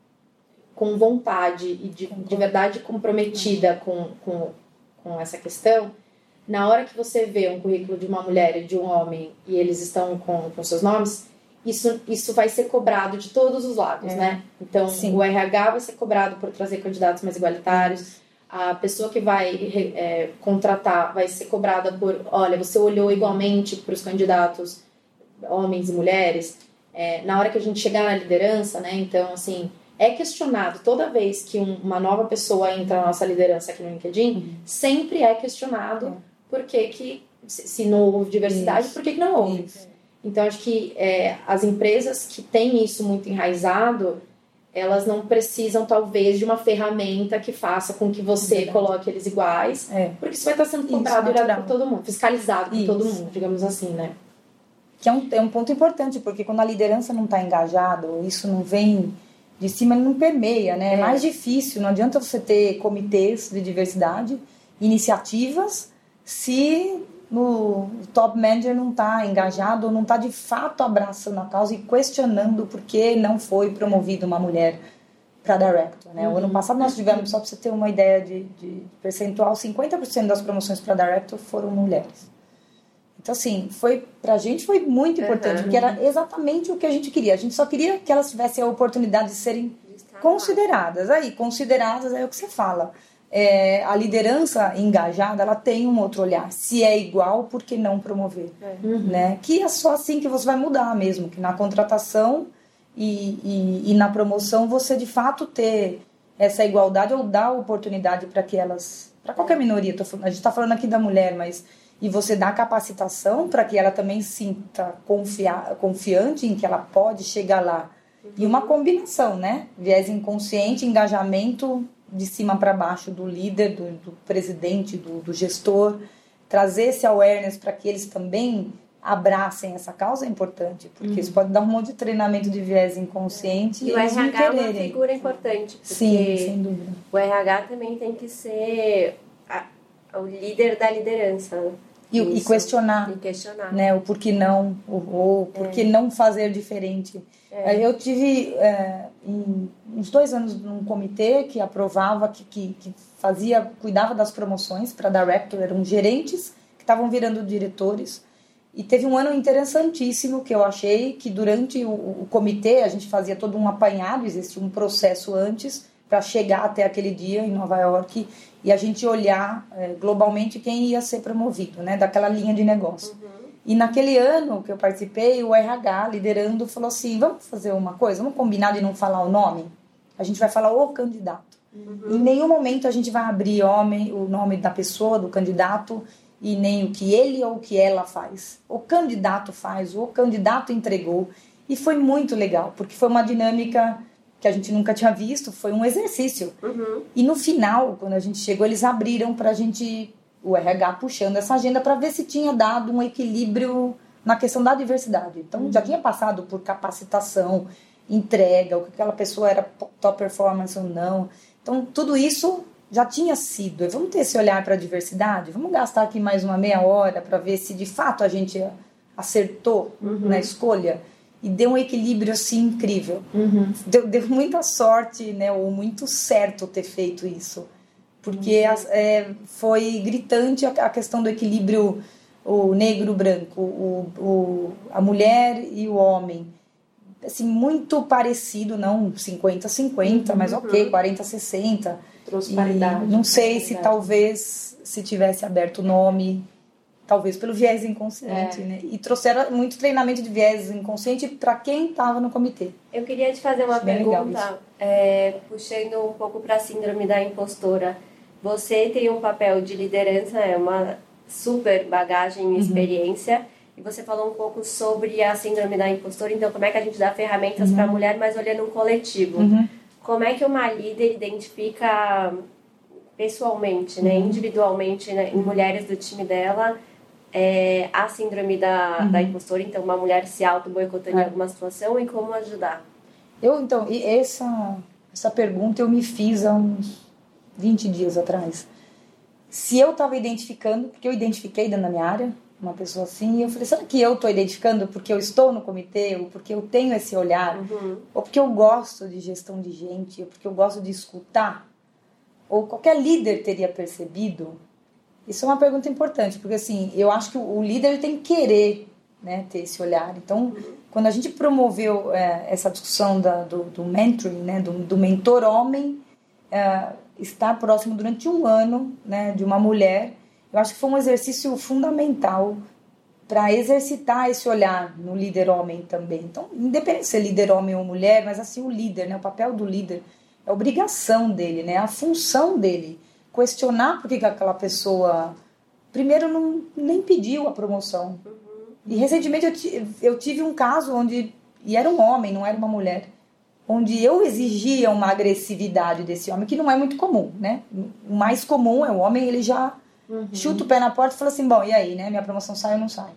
com vontade e de, de verdade comprometida com, com, com essa questão, na hora que você vê um currículo de uma mulher e de um homem e eles estão com, com seus nomes... Isso, isso vai ser cobrado de todos os lados, é. né? Então, Sim. o R H vai ser cobrado por trazer candidatos mais igualitários. A pessoa que vai é, contratar vai ser cobrada por... Olha, você olhou igualmente para os candidatos, homens e mulheres. É, na hora que a gente chegar na liderança, né? Então, assim, é questionado. Toda vez que um, uma nova pessoa entra na nossa liderança aqui no LinkedIn, uhum. sempre é questionado é. por que que... Se, se não houve diversidade, isso. por que que não houve? Isso. Então, acho que é, as empresas que têm isso muito enraizado, elas não precisam, talvez, de uma ferramenta que faça com que você é coloque eles iguais, é. porque isso vai estar sendo cobrado e olhado por todo mundo, fiscalizado por isso. todo mundo, digamos assim, né? Que é um, é um ponto importante, porque quando a liderança não está engajada, isso não vem de cima, não permeia, né? É. é mais difícil, não adianta você ter comitês de diversidade, iniciativas, se... no top manager não está engajado ou não está de fato abraçando a causa e questionando por que não foi promovida uma mulher para director, né? Uhum. O ano passado nós tivemos, só para você ter uma ideia de, de percentual, cinquenta por cento das promoções para director foram mulheres. Então, assim, foi, pra gente foi muito importante, uhum. porque era exatamente o que a gente queria. A gente só queria que elas tivessem a oportunidade de serem consideradas. Aí, consideradas é o que você fala. É, a liderança engajada, ela tem um outro olhar. Se é igual, por que não promover? Uhum. Né? Que é só assim que você vai mudar mesmo, que na contratação e, e, e na promoção você de fato ter essa igualdade ou dar oportunidade para que elas, para qualquer minoria, tô, a gente está falando aqui da mulher, mas e você dá capacitação para que ela também sinta confia, confiante em que ela pode chegar lá. Uhum. E uma combinação, né? Viés inconsciente, engajamento de cima para baixo do líder, do, do presidente, do, do gestor, trazer esse awareness para que eles também abracem essa causa é importante, porque uhum. isso pode dar um monte de treinamento de viés inconsciente e, e o R H é uma figura importante, porque sim, sem dúvida. O R H também tem que ser a, o líder da liderança. E, e questionar, e questionar. Né, o porquê não, ou, ou por que é. não fazer diferente. É. Eu tive é, em, uns dois anos num comitê que aprovava, que, que, que fazia, cuidava das promoções para director, eram gerentes que estavam virando diretores. E teve um ano interessantíssimo que eu achei que durante o, o comitê a gente fazia todo um apanhado, existia um processo antes para chegar até aquele dia em Nova York e a gente olhar é, globalmente quem ia ser promovido, né, daquela linha de negócio. Uhum. E naquele ano que eu participei, o R H, liderando, falou assim, vamos fazer uma coisa, vamos combinar de não falar o nome? A gente vai falar o candidato. Uhum. Em nenhum momento a gente vai abrir homem, o nome da pessoa, do candidato, e nem o que ele ou o que ela faz. O candidato faz, o candidato entregou. E foi muito legal, porque foi uma dinâmica que a gente nunca tinha visto, foi um exercício. Uhum. E no final, quando a gente chegou, eles abriram pra gente, o R H puxando essa agenda para ver se tinha dado um equilíbrio na questão da diversidade. Então, uhum. já tinha passado por capacitação, entrega, o que aquela pessoa era top performance ou não. Então, tudo isso já tinha sido. Vamos ter esse olhar para a diversidade? Vamos gastar aqui mais uma meia hora para ver se de fato a gente acertou uhum. na escolha? E deu um equilíbrio assim incrível. Uhum. Deu, deu muita sorte, né? Ou muito certo ter feito isso. Porque uhum. é, foi gritante a, a questão do equilíbrio, o negro-branco, o, o, a mulher e o homem. Assim, muito parecido, não cinquenta a cinquenta, uhum. mas ok, quarenta a sessenta. Trouxe paridade. Não sei se talvez, se tivesse aberto o nome, talvez pelo viés inconsciente, é. né? E trouxeram muito treinamento de viés inconsciente para quem estava no comitê. Eu queria te fazer uma Acho pergunta, é, puxando um pouco para a síndrome da impostora. Você tem um papel de liderança, é uma super bagagem e experiência, uhum. e você falou um pouco sobre a síndrome da impostora, então como é que a gente dá ferramentas uhum. para a mulher, mas olhando um coletivo. Uhum. Como é que uma líder identifica pessoalmente, né, individualmente, né, em mulheres do time dela, é, a síndrome da, uhum. da impostora, então uma mulher se auto-boicotando é. em alguma situação e como ajudar? Eu, então, e essa, essa pergunta eu me fiz há uns vinte dias atrás. Se eu estava identificando, porque eu identifiquei dentro da minha área, uma pessoa assim, e eu falei, será que eu estou identificando porque eu estou no comitê, ou porque eu tenho esse olhar, uhum. ou porque eu gosto de gestão de gente, ou porque eu gosto de escutar, ou qualquer líder teria percebido? Isso é uma pergunta importante, porque assim, eu acho que o líder tem que querer, né, ter esse olhar. Então, uhum. quando a gente promoveu é, essa discussão da, do, do mentoring, né, do, do mentor homem, é, estar próximo durante um ano, né, de uma mulher, eu acho que foi um exercício fundamental para exercitar esse olhar no líder homem também. Então, independente de ser líder homem ou mulher, mas assim, o líder, né, o papel do líder, é a obrigação dele, né, a função dele, questionar por que aquela pessoa, primeiro, não, nem pediu a promoção. Uhum. E recentemente eu, t- eu tive um caso onde, e era um homem, não era uma mulher, onde eu exigia uma agressividade desse homem, que não é muito comum, né? O mais comum é o homem, ele já uhum. chuta o pé na porta e fala assim, bom, e aí, né? Minha promoção sai ou não sai?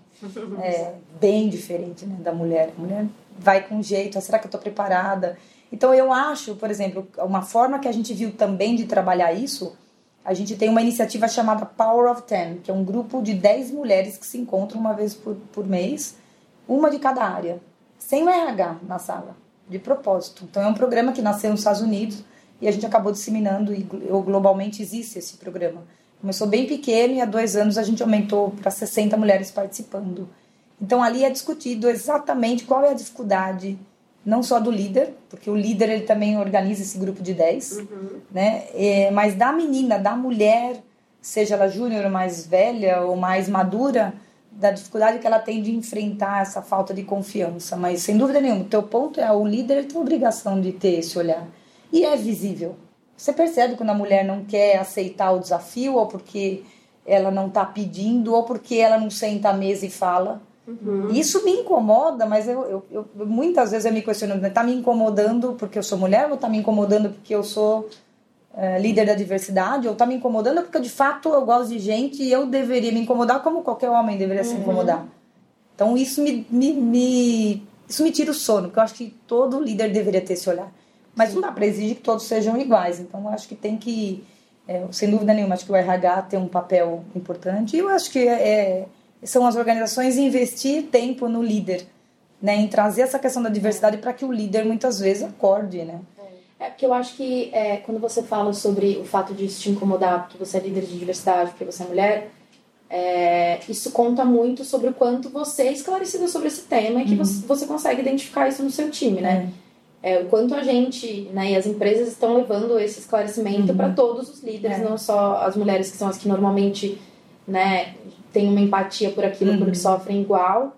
É bem diferente, né, da mulher. A mulher vai com jeito, será que eu estou preparada? Então eu acho, por exemplo, uma forma que a gente viu também de trabalhar isso, a gente tem uma iniciativa chamada Power of Ten, que é um grupo de dez mulheres que se encontram uma vez por, por mês, uma de cada área, sem o R H na sala, de propósito. Então é um programa que nasceu nos Estados Unidos e a gente acabou disseminando, e globalmente existe esse programa. Começou bem pequeno e há dois anos a gente aumentou para sessenta mulheres participando. Então ali é discutido exatamente qual é a dificuldade, não só do líder, porque o líder ele também organiza esse grupo de dez, uhum. né? É, mas da menina, da mulher, seja ela júnior, mais velha ou mais madura, da dificuldade que ela tem de enfrentar essa falta de confiança. Mas, sem dúvida nenhuma, o teu ponto é o líder tem a obrigação de ter esse olhar. E é visível. Você percebe quando a mulher não quer aceitar o desafio, ou porque ela não está pedindo, ou porque ela não senta à mesa e fala. Uhum. Isso me incomoda, mas eu, eu, eu, muitas vezes eu me questiono, está me incomodando porque eu sou mulher ou está me incomodando porque eu sou é, líder da diversidade, ou tá me incomodando, é porque de fato eu gosto de gente e eu deveria me incomodar como qualquer homem deveria uhum. se incomodar. Então isso me, me, me, isso me tira o sono, porque eu acho que todo líder deveria ter esse olhar. Mas Sim. não dá para exigir que todos sejam iguais. Então eu acho que tem que, é, sem dúvida nenhuma, acho que o R H tem um papel importante. E eu acho que é, são as organizações investir tempo no líder, né, em trazer essa questão da diversidade para que o líder muitas vezes acorde, né? É porque eu acho que é, quando você fala sobre o fato de isso te incomodar, porque você é líder de diversidade, porque você é mulher, é, isso conta muito sobre o quanto você é esclarecida sobre esse tema e que uhum. você, você consegue identificar isso no seu time, né? É. É, o quanto a gente, né, e as empresas estão levando esse esclarecimento uhum. para todos os líderes, é. não só as mulheres que são as que normalmente, né, têm uma empatia por aquilo, uhum. porque sofrem igual.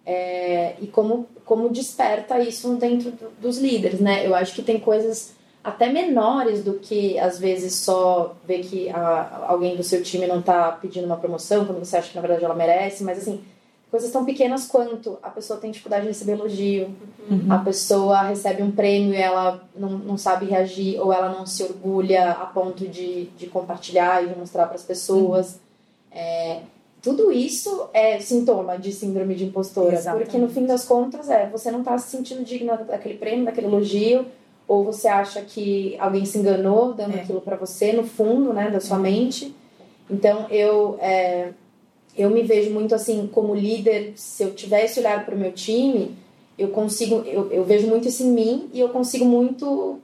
É, e como, como desperta isso dentro do, dos líderes, né? Eu acho que tem coisas até menores do que, às vezes, só ver que a, alguém do seu time não tá pedindo uma promoção, quando você acha que, na verdade, ela merece, mas, assim, coisas tão pequenas quanto a pessoa tem dificuldade de receber elogio, uhum. a pessoa recebe um prêmio e ela não, não sabe reagir, ou ela não se orgulha a ponto de, de compartilhar e de mostrar para as pessoas. Uhum. É... Tudo isso é sintoma de síndrome de impostora, Exatamente. Porque no fim das contas é, você não está se sentindo digna daquele prêmio, daquele elogio, ou você acha que alguém se enganou dando é. aquilo para você, no fundo, né, da sua é. mente. Então eu, é, eu me vejo muito assim, como líder, se eu tiver esse olhar para o meu time, eu consigo, eu, eu vejo muito isso em mim e eu consigo muito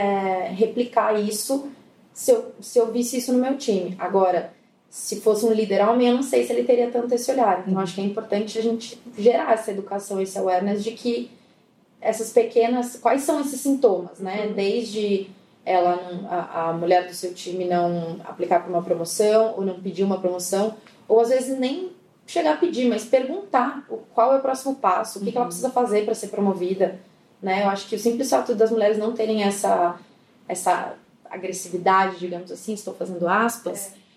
é, replicar isso se eu, se eu visse isso no meu time. Agora, se fosse um líder homem, eu não sei se ele teria tanto esse olhar. Então, acho que é importante a gente gerar essa educação, esse awareness de que essas pequenas... Quais são esses sintomas, né? Uhum. Desde ela não, a, a mulher do seu time não aplicar para uma promoção, ou não pedir uma promoção, ou às vezes nem chegar a pedir, mas perguntar o, qual é o próximo passo, o que, uhum. que ela precisa fazer para ser promovida, né? Eu acho que o simples fato das mulheres não terem essa, essa agressividade, digamos assim, estou fazendo aspas... É.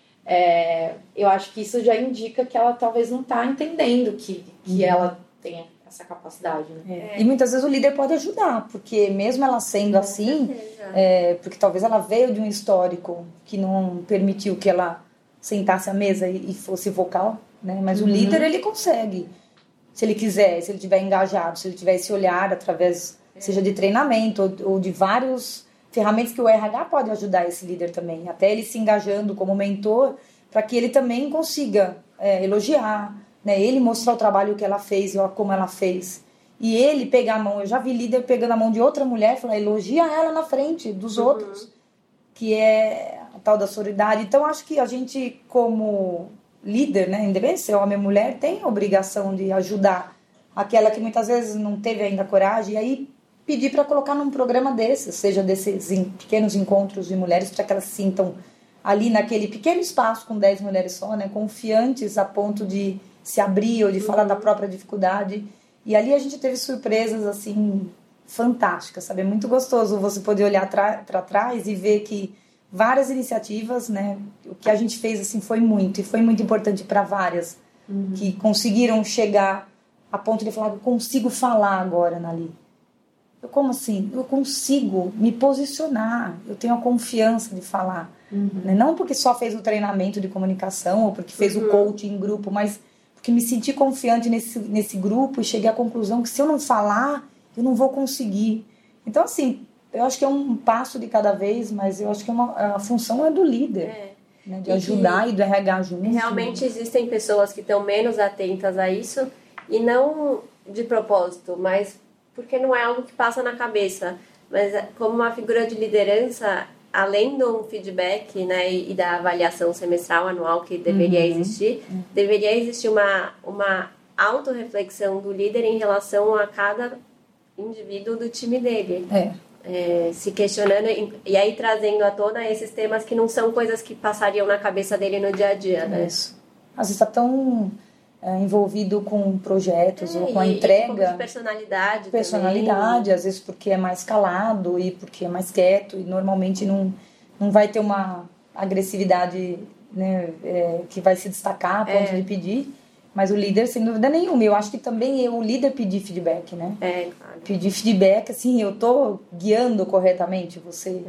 É, eu acho que isso já indica que ela talvez não está entendendo que, que uhum. ela tem essa capacidade, né? É. E muitas vezes o líder pode ajudar, porque mesmo ela sendo assim, é, porque talvez ela veio de um histórico que não permitiu que ela sentasse à mesa e, e fosse vocal, né? Mas uhum. o líder, ele consegue, se ele quiser, se ele estiver engajado, se ele tiver esse olhar através, é. seja de treinamento ou, ou de vários... ferramentas que o R H pode ajudar esse líder também, até ele se engajando como mentor, para que ele também consiga é, elogiar, né? Ele mostrar o trabalho que ela fez, como ela fez, e ele pegar a mão. Eu já vi líder pegando a mão de outra mulher e falar, elogia ela na frente dos uhum. outros, que é a tal da sororidade. Então acho que a gente, como líder, né, independente se é homem ou mulher, tem a obrigação de ajudar aquela que muitas vezes não teve ainda coragem, e aí pedir para colocar num programa desses, seja desses pequenos encontros de mulheres, para que elas se sintam ali naquele pequeno espaço com dez mulheres só, né, confiantes a ponto de se abrir ou de uhum. falar da própria dificuldade. E ali a gente teve surpresas assim fantásticas, sabe? É muito gostoso você poder olhar para trás e ver que várias iniciativas, né, o que a gente fez assim foi muito, e foi muito importante para várias uhum. que conseguiram chegar a ponto de falar, eu consigo falar agora, Nali. Eu, como assim? Eu consigo me posicionar, eu tenho a confiança de falar. Uhum. Né? Não porque só fez o treinamento de comunicação ou porque fez uhum. o coaching em grupo, mas porque me senti confiante nesse, nesse grupo e cheguei à conclusão que se eu não falar, eu não vou conseguir. Então, assim, eu acho que é um passo de cada vez, mas eu acho que é uma, a função é do líder. É. Né? De e ajudar e do R H junto. Realmente existem pessoas que estão menos atentas a isso e não de propósito, mas... porque não é algo que passa na cabeça, mas como uma figura de liderança, além do feedback, né, e da avaliação semestral, anual que deveria uhum. existir, uhum. deveria existir uma, uma autorreflexão do líder em relação a cada indivíduo do time dele. É. É, se questionando e, e aí trazendo à tona esses temas que não são coisas que passariam na cabeça dele no dia a dia, né? Isso. Às vezes está tão... É, envolvido com projetos é, ou com a e, entrega. E um pouco de personalidade Personalidade, também. Às vezes porque é mais calado e porque é mais quieto e normalmente não, não vai ter uma agressividade, né, é, que vai se destacar a ponto é. de pedir. Mas o líder, sem dúvida nenhuma. Eu acho que também é o líder pedir feedback, né? É, claro. Pedir feedback, assim, eu tô guiando corretamente você. É.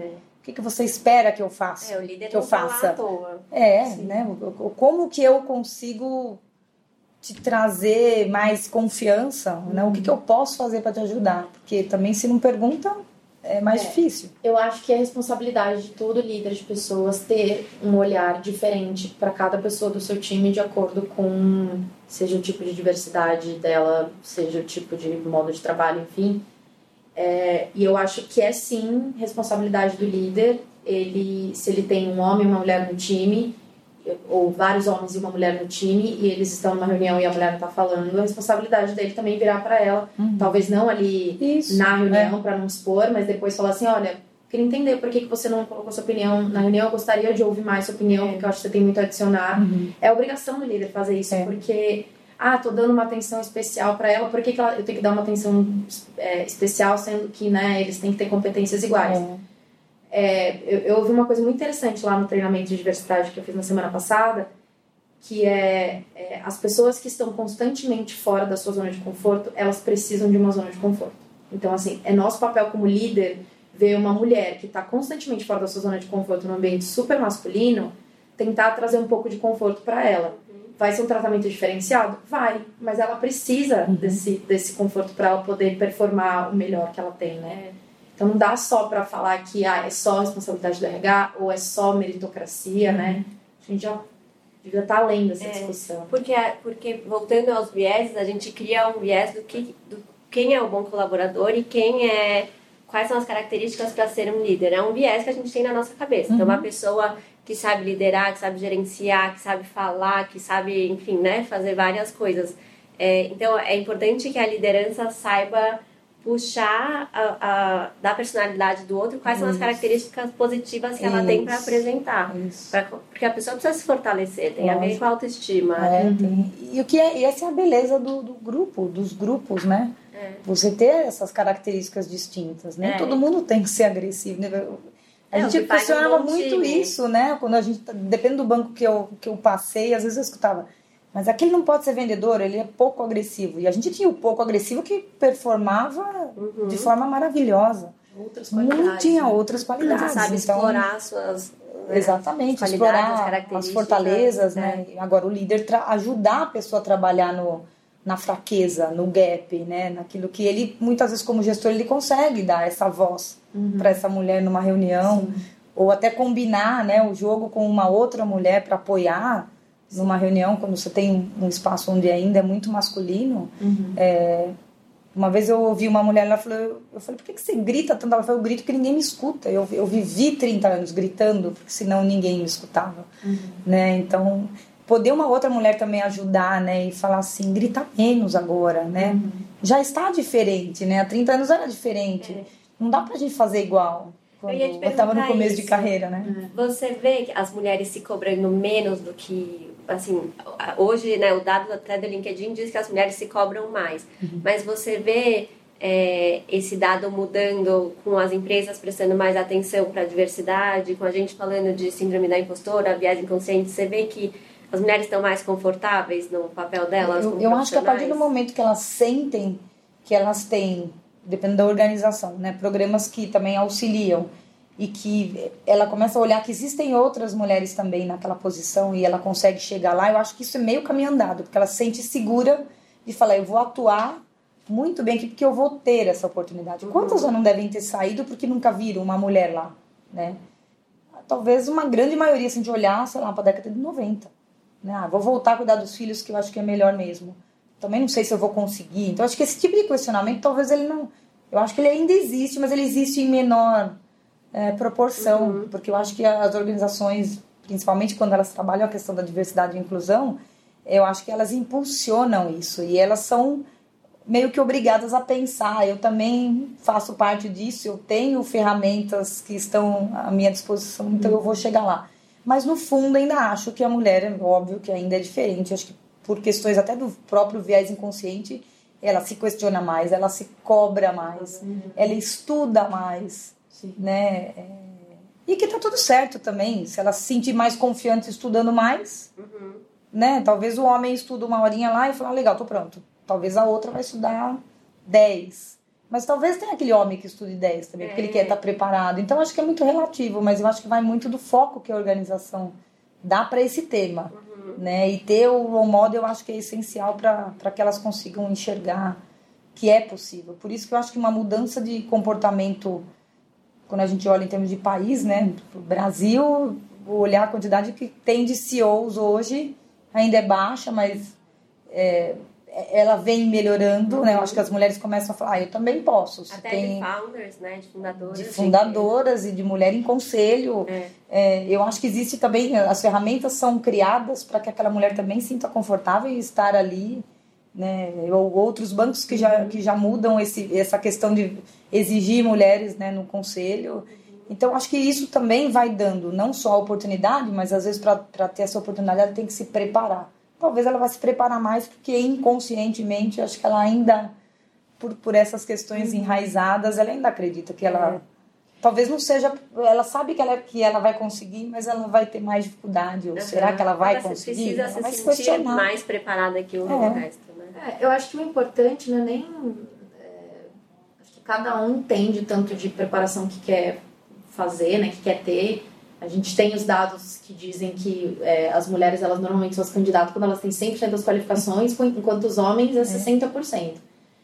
que, que você espera que eu faça? É, o líder que não eu tá faça? lá à toa. É, Sim. né? Como que eu consigo te trazer mais confiança, né? O que, que eu posso fazer para te ajudar? Porque também se não pergunta, é mais É. difícil. Eu acho que é responsabilidade de todo líder de pessoas ter um olhar diferente para cada pessoa do seu time de acordo com, seja o tipo de diversidade dela, seja o tipo de modo de trabalho, enfim. É, e eu acho que é sim responsabilidade do líder, ele, se ele tem um homem e uma mulher no time, ou vários homens e uma mulher no time, e eles estão numa reunião e a mulher não está falando, a responsabilidade dele também virar para ela, Uhum. talvez não ali Isso, na reunião é. para não expor, mas depois falar assim, olha, queria entender por que, que você não colocou sua opinião na reunião, eu gostaria de ouvir mais sua opinião, porque eu acho que você tem muito a adicionar. Uhum. É obrigação do líder fazer isso, É. porque, ah, tô dando uma atenção especial para ela, por que, que ela, eu tenho que dar uma atenção é, especial, sendo que, né, eles têm que ter competências iguais. É. É, eu, eu ouvi uma coisa muito interessante lá no treinamento de diversidade que eu fiz na semana passada, que é, é as pessoas que estão constantemente fora da sua zona de conforto, elas precisam de uma zona de conforto. Então, assim, é nosso papel como líder ver uma mulher que está constantemente fora da sua zona de conforto num ambiente super masculino, tentar trazer um pouco de conforto para ela. Vai ser um tratamento diferenciado? Vai, mas ela precisa uhum. desse, desse conforto para ela poder performar o melhor que ela tem, né? Então não dá só para falar que ah, é só responsabilidade do R H ou é só meritocracia, uhum. né? A gente já devia estar além dessa é, discussão. Porque, porque, voltando aos vieses, a gente cria um viés do, que, do quem é o bom colaborador e quem é... Quais são as características para ser um líder? É um viés que a gente tem na nossa cabeça. Uhum. Então, uma pessoa que sabe liderar, que sabe gerenciar, que sabe falar, que sabe, enfim, né, fazer várias coisas. É, então, é importante que a liderança saiba puxar a, a, da personalidade do outro quais Isso. são as características positivas que ela Isso. tem para apresentar. Pra, porque a pessoa precisa se fortalecer, tem Lógico. a ver com a autoestima. É, uhum. E, o que é, e essa é a beleza do, do grupo, dos grupos, né? É. Você ter essas características distintas. Nem é. todo mundo tem que ser agressivo. Né? A é, gente questionava um muito time. isso, né? Quando a gente, depende do banco que eu, que eu passei, às vezes eu escutava, mas aquele não pode ser vendedor, ele é pouco agressivo. E a gente tinha o pouco agressivo que performava uhum. de forma maravilhosa. Outras qualidades. Não tinha né? outras qualidades. Você sabe então, explorar suas... Né, exatamente, explorar as fortalezas, né? né? Agora o líder tra- ajudar a pessoa a trabalhar no, na fraqueza, no gap, né? Naquilo que ele, muitas vezes como gestor, ele consegue dar essa voz uhum. para essa mulher numa reunião, Sim. ou até combinar, né, o jogo com uma outra mulher para apoiar Sim. numa reunião, quando você tem um espaço onde ainda é muito masculino. Uhum. É, uma vez eu ouvi uma mulher, ela falou, eu falei, por que você grita tanto? Ela falou, eu grito porque ninguém me escuta. Eu, eu vivi trinta anos gritando, porque senão ninguém me escutava. Uhum. Né? Então, poder uma outra mulher também ajudar, né? E falar assim, grita menos agora, né? Uhum. Já está diferente, né? Há trinta anos era diferente. É. Não dá pra gente fazer igual. Quando eu estava no começo isso. de carreira, né? Você vê que as mulheres se cobrando menos do que... Assim, hoje, né, o dado até do LinkedIn diz que as mulheres se cobram mais. Uhum. Mas você vê é, esse dado mudando com as empresas prestando mais atenção para a diversidade, com a gente falando de síndrome da impostora, viés inconsciente, você vê que as mulheres estão mais confortáveis no papel delas? Eu, eu acho que a partir do momento que elas sentem que elas têm, dependendo da organização, né, programas que também auxiliam, e que ela começa a olhar que existem outras mulheres também naquela posição e ela consegue chegar lá, eu acho que isso é meio caminho andado, porque ela se sente segura de falar, eu vou atuar muito bem aqui porque eu vou ter essa oportunidade. Uhum. Quantas já não devem ter saído porque nunca viram uma mulher lá, né? Talvez uma grande maioria, assim, de olhar, sei lá, para a década de noventa. Né? Ah, vou voltar a cuidar dos filhos, que eu acho que é melhor mesmo. Também não sei se eu vou conseguir. Então, acho que esse tipo de questionamento, talvez ele não... Eu acho que ele ainda existe, mas ele existe em menor... É, proporção, uhum. porque eu acho que as organizações, principalmente quando elas trabalham a questão da diversidade e inclusão, eu acho que elas impulsionam isso e elas são meio que obrigadas a pensar. Eu também faço parte disso, eu tenho ferramentas que estão à minha disposição, então uhum. eu vou chegar lá. Mas no fundo ainda acho que a mulher, é óbvio que ainda é diferente, eu acho que por questões até do próprio viés inconsciente, ela se questiona mais, ela se cobra mais, uhum. ela estuda mais. Né? É... E que tá tudo certo também, se ela se sentir mais confiante estudando mais, uhum. né? Talvez o homem estuda uma horinha lá e fala, ah, legal, tô pronto. Talvez a outra vai estudar dez. Mas talvez tenha aquele homem que estude dez também, porque é. ele quer estar preparado. Então, acho que é muito relativo, mas eu acho que vai muito do foco que a organização dá para esse tema. Uhum. Né? E ter o role model, eu acho que é essencial para que elas consigam enxergar que é possível. Por isso que eu acho que uma mudança de comportamento, quando a gente olha em termos de país, né? O Brasil, olhar a quantidade que tem de C E Os hoje, ainda é baixa, mas é, ela vem melhorando, uhum. né? Eu acho que as mulheres começam a falar, ah, eu também posso. Até tem de founders, né? De fundadoras. De fundadoras gente... e de mulher em conselho. É. É, eu acho que existe também, as ferramentas são criadas para que aquela mulher também sinta confortável em estar ali, né? Ou outros bancos que já, que já mudam esse, essa questão de exigir mulheres, né, no conselho. Então, acho que isso também vai dando não só a oportunidade, mas às vezes para ter essa oportunidade ela tem que se preparar. Talvez ela vá se preparar mais porque inconscientemente, acho que ela ainda, por, por essas questões uhum. enraizadas, ela ainda acredita que ela... É. Talvez não seja... Ela sabe que ela, que ela vai conseguir, mas ela não vai ter mais dificuldade. Ou uhum. será que ela vai ela conseguir? Precisa ela se vai sentir questionar. mais preparada que o é. resto, né? É, eu acho que o importante não é nem... É, acho que cada um entende tanto de preparação que quer fazer, né, que quer ter. A gente tem os dados que dizem que é, as mulheres, elas normalmente são as candidatas quando elas têm cem por cento das qualificações, enquanto os homens é sessenta por cento.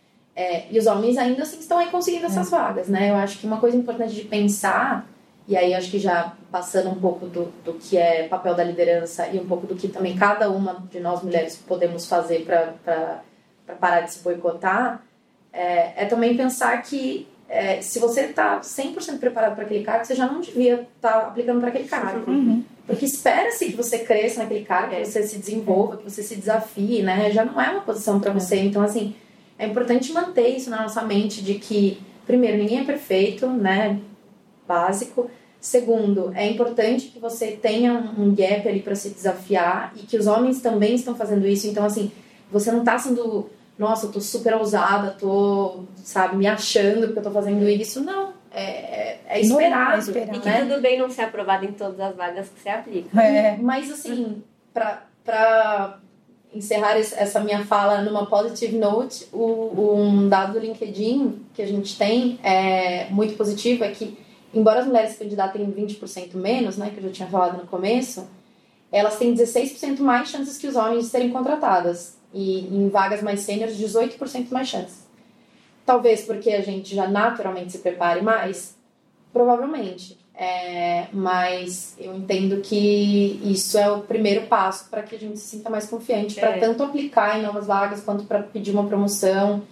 É, e os homens ainda assim estão aí conseguindo essas é. vagas, né? Eu acho que uma coisa importante de pensar, e aí acho que já passando um pouco do, do que é papel da liderança e um pouco do que também cada uma de nós mulheres podemos fazer para parar de se boicotar, é, é também pensar que é, se você está cem por cento preparado para aquele cargo, você já não devia estar tá aplicando para aquele cargo. Uhum. Porque espera-se que você cresça naquele cargo, é. que você se desenvolva, que você se desafie, né? Já não é uma posição para você. Então, assim, é importante manter isso na nossa mente de que, primeiro, ninguém é perfeito, né? Básico. Segundo, é importante que você tenha um gap ali para se desafiar e que os homens também estão fazendo isso. Então, assim, você não está sendo, nossa, eu tô super ousada, tô, sabe, me achando porque eu tô fazendo isso. Não, é, é, é esperado. Não é esperado. E que né? tudo bem não ser aprovado em todas as vagas que você aplica. É. Mas, assim, para... pra encerrar essa minha fala numa positive note, o, um dado do LinkedIn que a gente tem é muito positivo, é que embora as mulheres se candidatem vinte por cento menos, né, que eu já tinha falado no começo, elas têm dezesseis por cento mais chances que os homens de serem contratadas e em vagas mais sêniores dezoito por cento mais chances. Talvez porque a gente já naturalmente se prepare mais, provavelmente. É, mas eu entendo que isso é o primeiro passo para que a gente se sinta mais confiante para é. tanto aplicar em novas vagas quanto para pedir uma promoção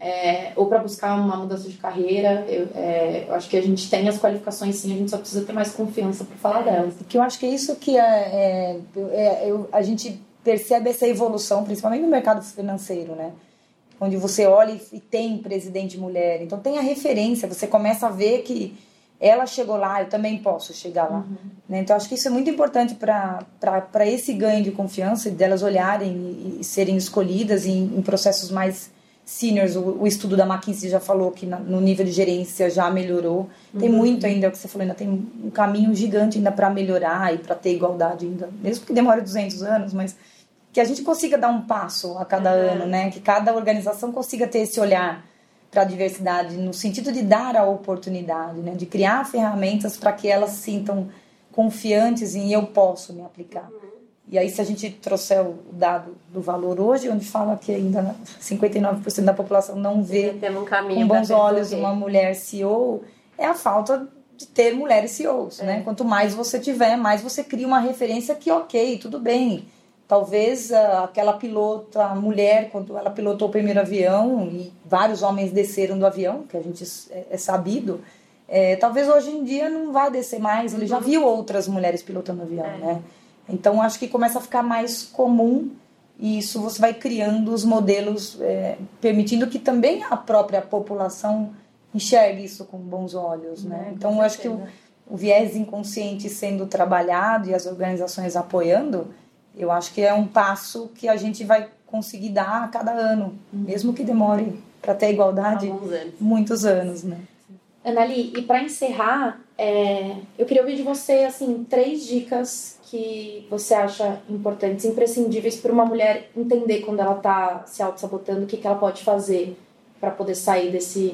é, ou para buscar uma mudança de carreira. Eu, é, eu acho que a gente tem as qualificações sim, a gente só precisa ter mais confiança para falar é, delas. Que eu acho que é isso que é, é, é, eu, a gente percebe essa evolução, principalmente no mercado financeiro, né? Onde você olha e, e tem presidente mulher, então tem a referência, você começa a ver que ela chegou lá, eu também posso chegar lá. Uhum. Né? Então, acho que isso é muito importante para esse ganho de confiança, e delas olharem e, e serem escolhidas em, em processos mais seniors. O, o estudo da McKinsey já falou que na, no nível de gerência já melhorou. Uhum. Tem muito ainda, o que você falou, ainda tem um caminho gigante ainda para melhorar e para ter igualdade ainda. Mesmo que demore duzentos anos, mas que a gente consiga dar um passo a cada uhum. ano, né? Que cada organização consiga ter esse olhar para a diversidade, no sentido de dar a oportunidade, né? De criar ferramentas para que elas se sintam confiantes em eu posso me aplicar. Uhum. E aí, se a gente trouxer o dado do valor hoje, onde fala que ainda cinquenta e nove por cento da população não vê um com bons olhos uma mulher C E O, é a falta de ter mulheres C E Os. É. Né? Quanto mais você tiver, mais você cria uma referência que, ok, tudo bem. Talvez uh, aquela pilota, a mulher, quando ela pilotou o primeiro avião e vários homens desceram do avião, que a gente é, é sabido, é, talvez hoje em dia não vá descer mais. Ele uhum. já viu outras mulheres pilotando avião, é. né? Então, acho que começa a ficar mais comum e isso você vai criando os modelos, é, permitindo que também a própria população enxergue isso com bons olhos, né? Uhum, então, eu acho que o, o viés inconsciente sendo trabalhado e as organizações apoiando, eu acho que é um passo que a gente vai conseguir dar a cada ano, uhum. mesmo que demore para ter igualdade anos. muitos anos, né? Anali, e para encerrar, é, eu queria ouvir de você assim, três dicas que você acha importantes, imprescindíveis para uma mulher entender quando ela está se auto-sabotando, o que, que ela pode fazer para poder sair desse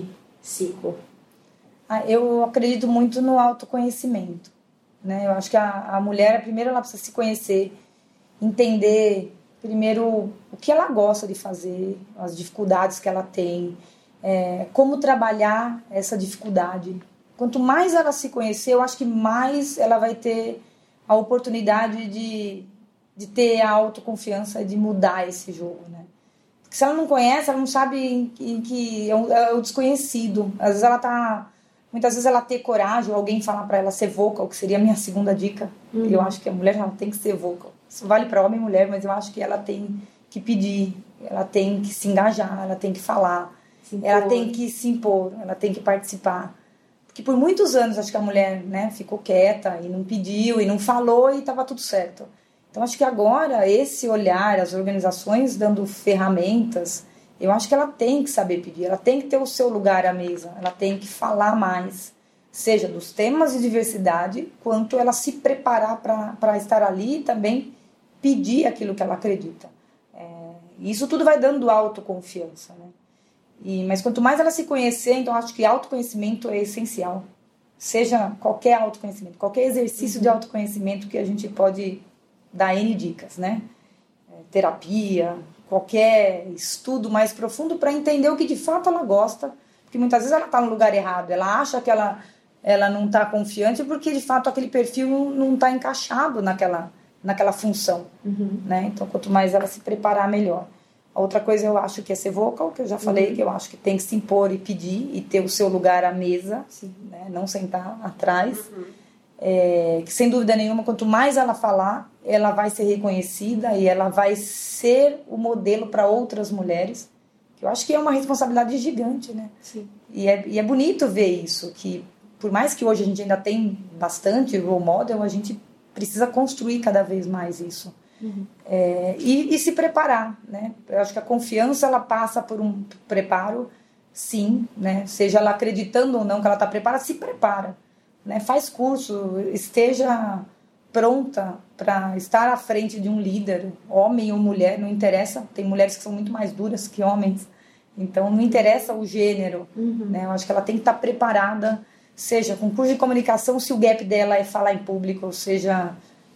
ciclo? Eu acredito muito no autoconhecimento, né? Eu acho que a, a mulher, primeiro, ela precisa se conhecer, entender, primeiro, o que ela gosta de fazer, as dificuldades que ela tem, é, como trabalhar essa dificuldade. Quanto mais ela se conhecer, eu acho que mais ela vai ter a oportunidade de, de ter a autoconfiança de mudar esse jogo, né? Porque se ela não conhece, ela não sabe em que, em que é, o, é o desconhecido. Às vezes ela tá... Muitas vezes ela ter coragem, ou alguém falar para ela ser vocal, que seria a minha segunda dica. Uhum. Eu acho que a mulher ela tem que ser vocal. Isso vale para homem e mulher, mas eu acho que ela tem que pedir, ela tem que se engajar, ela tem que falar, ela tem que se impor, ela tem que participar. Porque por muitos anos acho que a mulher, né, ficou quieta e não pediu e não falou e estava tudo certo. Então acho que agora esse olhar, as organizações dando ferramentas, eu acho que ela tem que saber pedir, ela tem que ter o seu lugar à mesa, ela tem que falar mais, seja dos temas de diversidade, quanto ela se preparar para estar ali e também pedir aquilo que ela acredita. É, isso tudo vai dando autoconfiança, né? E, mas quanto mais ela se conhecer, então acho que autoconhecimento é essencial. Seja qualquer autoconhecimento, qualquer exercício uhum. de autoconhecimento que a gente pode dar N dicas, né? É, terapia, qualquer estudo mais profundo para entender o que de fato ela gosta, porque muitas vezes ela está no lugar errado, ela acha que ela, ela não está confiante porque de fato aquele perfil não está encaixado naquela, naquela função, uhum. né? Então quanto mais ela se preparar, melhor. A outra coisa eu acho que é ser vocal, que eu já falei, uhum. que eu acho que tem que se impor e pedir e ter o seu lugar à mesa, né? Não sentar atrás. Uhum. É, que sem dúvida nenhuma, quanto mais ela falar, ela vai ser reconhecida e ela vai ser o modelo para outras mulheres. Eu acho que é uma responsabilidade gigante, né? Sim. E é, e é bonito ver isso, que por mais que hoje a gente ainda tem bastante role model, a gente precisa construir cada vez mais isso. Uhum. É, e, e se preparar, né? Eu acho que a confiança ela passa por um preparo, sim, né? Seja ela acreditando ou não que ela está preparada, se prepara, né? Faz curso, esteja pronta para estar à frente de um líder, homem ou mulher, não interessa. Tem mulheres que são muito mais duras que homens, então não interessa o gênero, uhum. né? Eu acho que ela tem que estar preparada, seja com curso de comunicação, se o gap dela é falar em público, ou seja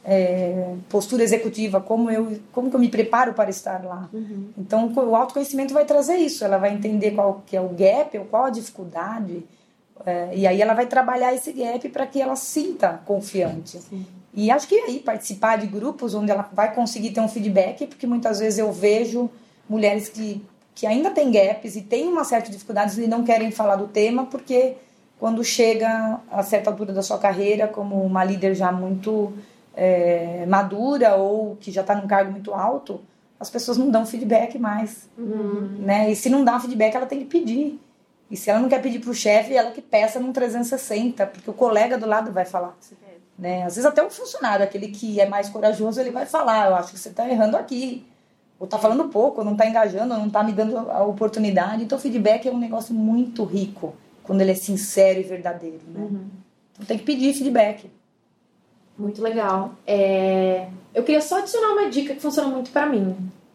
É, postura executiva, como eu, como que eu me preparo para estar lá. Uhum. Então o autoconhecimento vai trazer isso, ela vai entender qual que é o gap, ou qual a dificuldade, é, e aí ela vai trabalhar esse gap para que ela sinta confiante. Sim. E acho que aí participar de grupos onde ela vai conseguir ter um feedback, porque muitas vezes eu vejo mulheres que, que ainda têm gaps e têm uma certa dificuldade e não querem falar do tema, porque quando chega a certa altura da sua carreira, como uma líder já muito É, madura ou que já está num cargo muito alto, as pessoas não dão feedback mais, uhum. né? E se não dá feedback, ela tem que pedir. E se ela não quer pedir para o chefe, ela que peça num trezentos e sessenta, porque o colega do lado vai falar, né? Às vezes até um funcionário, aquele que é mais corajoso, ele vai falar, eu acho que você está errando aqui, ou está falando pouco, ou não está engajando, ou não está me dando a oportunidade. Então o feedback é um negócio muito rico quando ele é sincero e verdadeiro, né? Uhum. Então tem que pedir feedback. Muito legal. É, eu queria só adicionar uma dica que funciona muito para mim.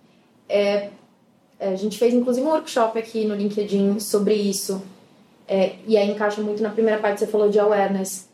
É, a gente fez inclusive um workshop aqui no LinkedIn sobre isso. É, e aí encaixa muito na primeira parte que você falou de awareness.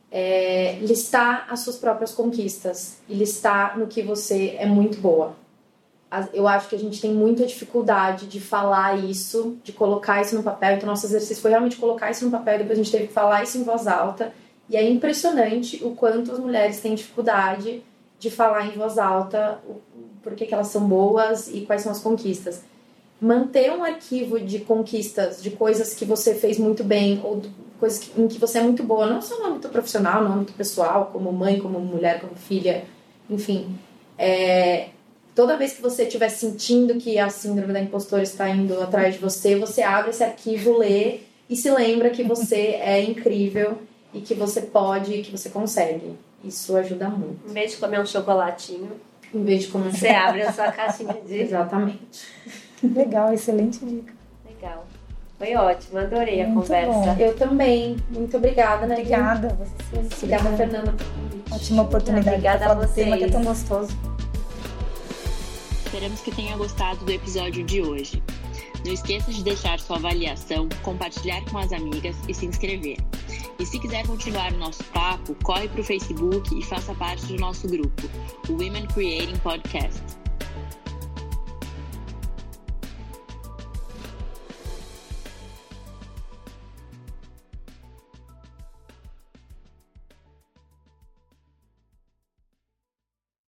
É, listar as suas próprias conquistas e listar no que você é muito boa. Eu acho que a gente tem muita dificuldade de falar isso, de colocar isso no papel. Então nosso exercício foi realmente colocar isso no papel, depois a gente teve que falar isso em voz alta. E é impressionante o quanto as mulheres têm dificuldade de falar em voz alta por que elas são boas e quais são as conquistas. Manter um arquivo de conquistas, de coisas que você fez muito bem ou coisas em que você é muito boa, não só no âmbito profissional, no âmbito pessoal, como mãe, como mulher, como filha, enfim. É, toda vez que você estiver sentindo que a síndrome da impostora está indo atrás de você, você abre esse arquivo, lê e se lembra que você é incrível e que você pode, que você consegue. Isso ajuda muito. Em vez de comer um chocolatinho, em vez de comer um você abre a sua caixinha de... Exatamente. Legal, excelente dica. Legal. Foi ótimo, adorei muito a conversa. Bom. Eu também. Muito obrigada, né? Obrigada. Você obrigada, obrigada, Fernanda, pelo convite. Ótima oportunidade. Obrigada de falar a vocês. do tema que é tão gostoso. Esperamos que tenha gostado do episódio de hoje. Não esqueça de deixar sua avaliação, compartilhar com as amigas e se inscrever. E se quiser continuar o nosso papo, corre para o Facebook e faça parte do nosso grupo, o Women Creating Podcast.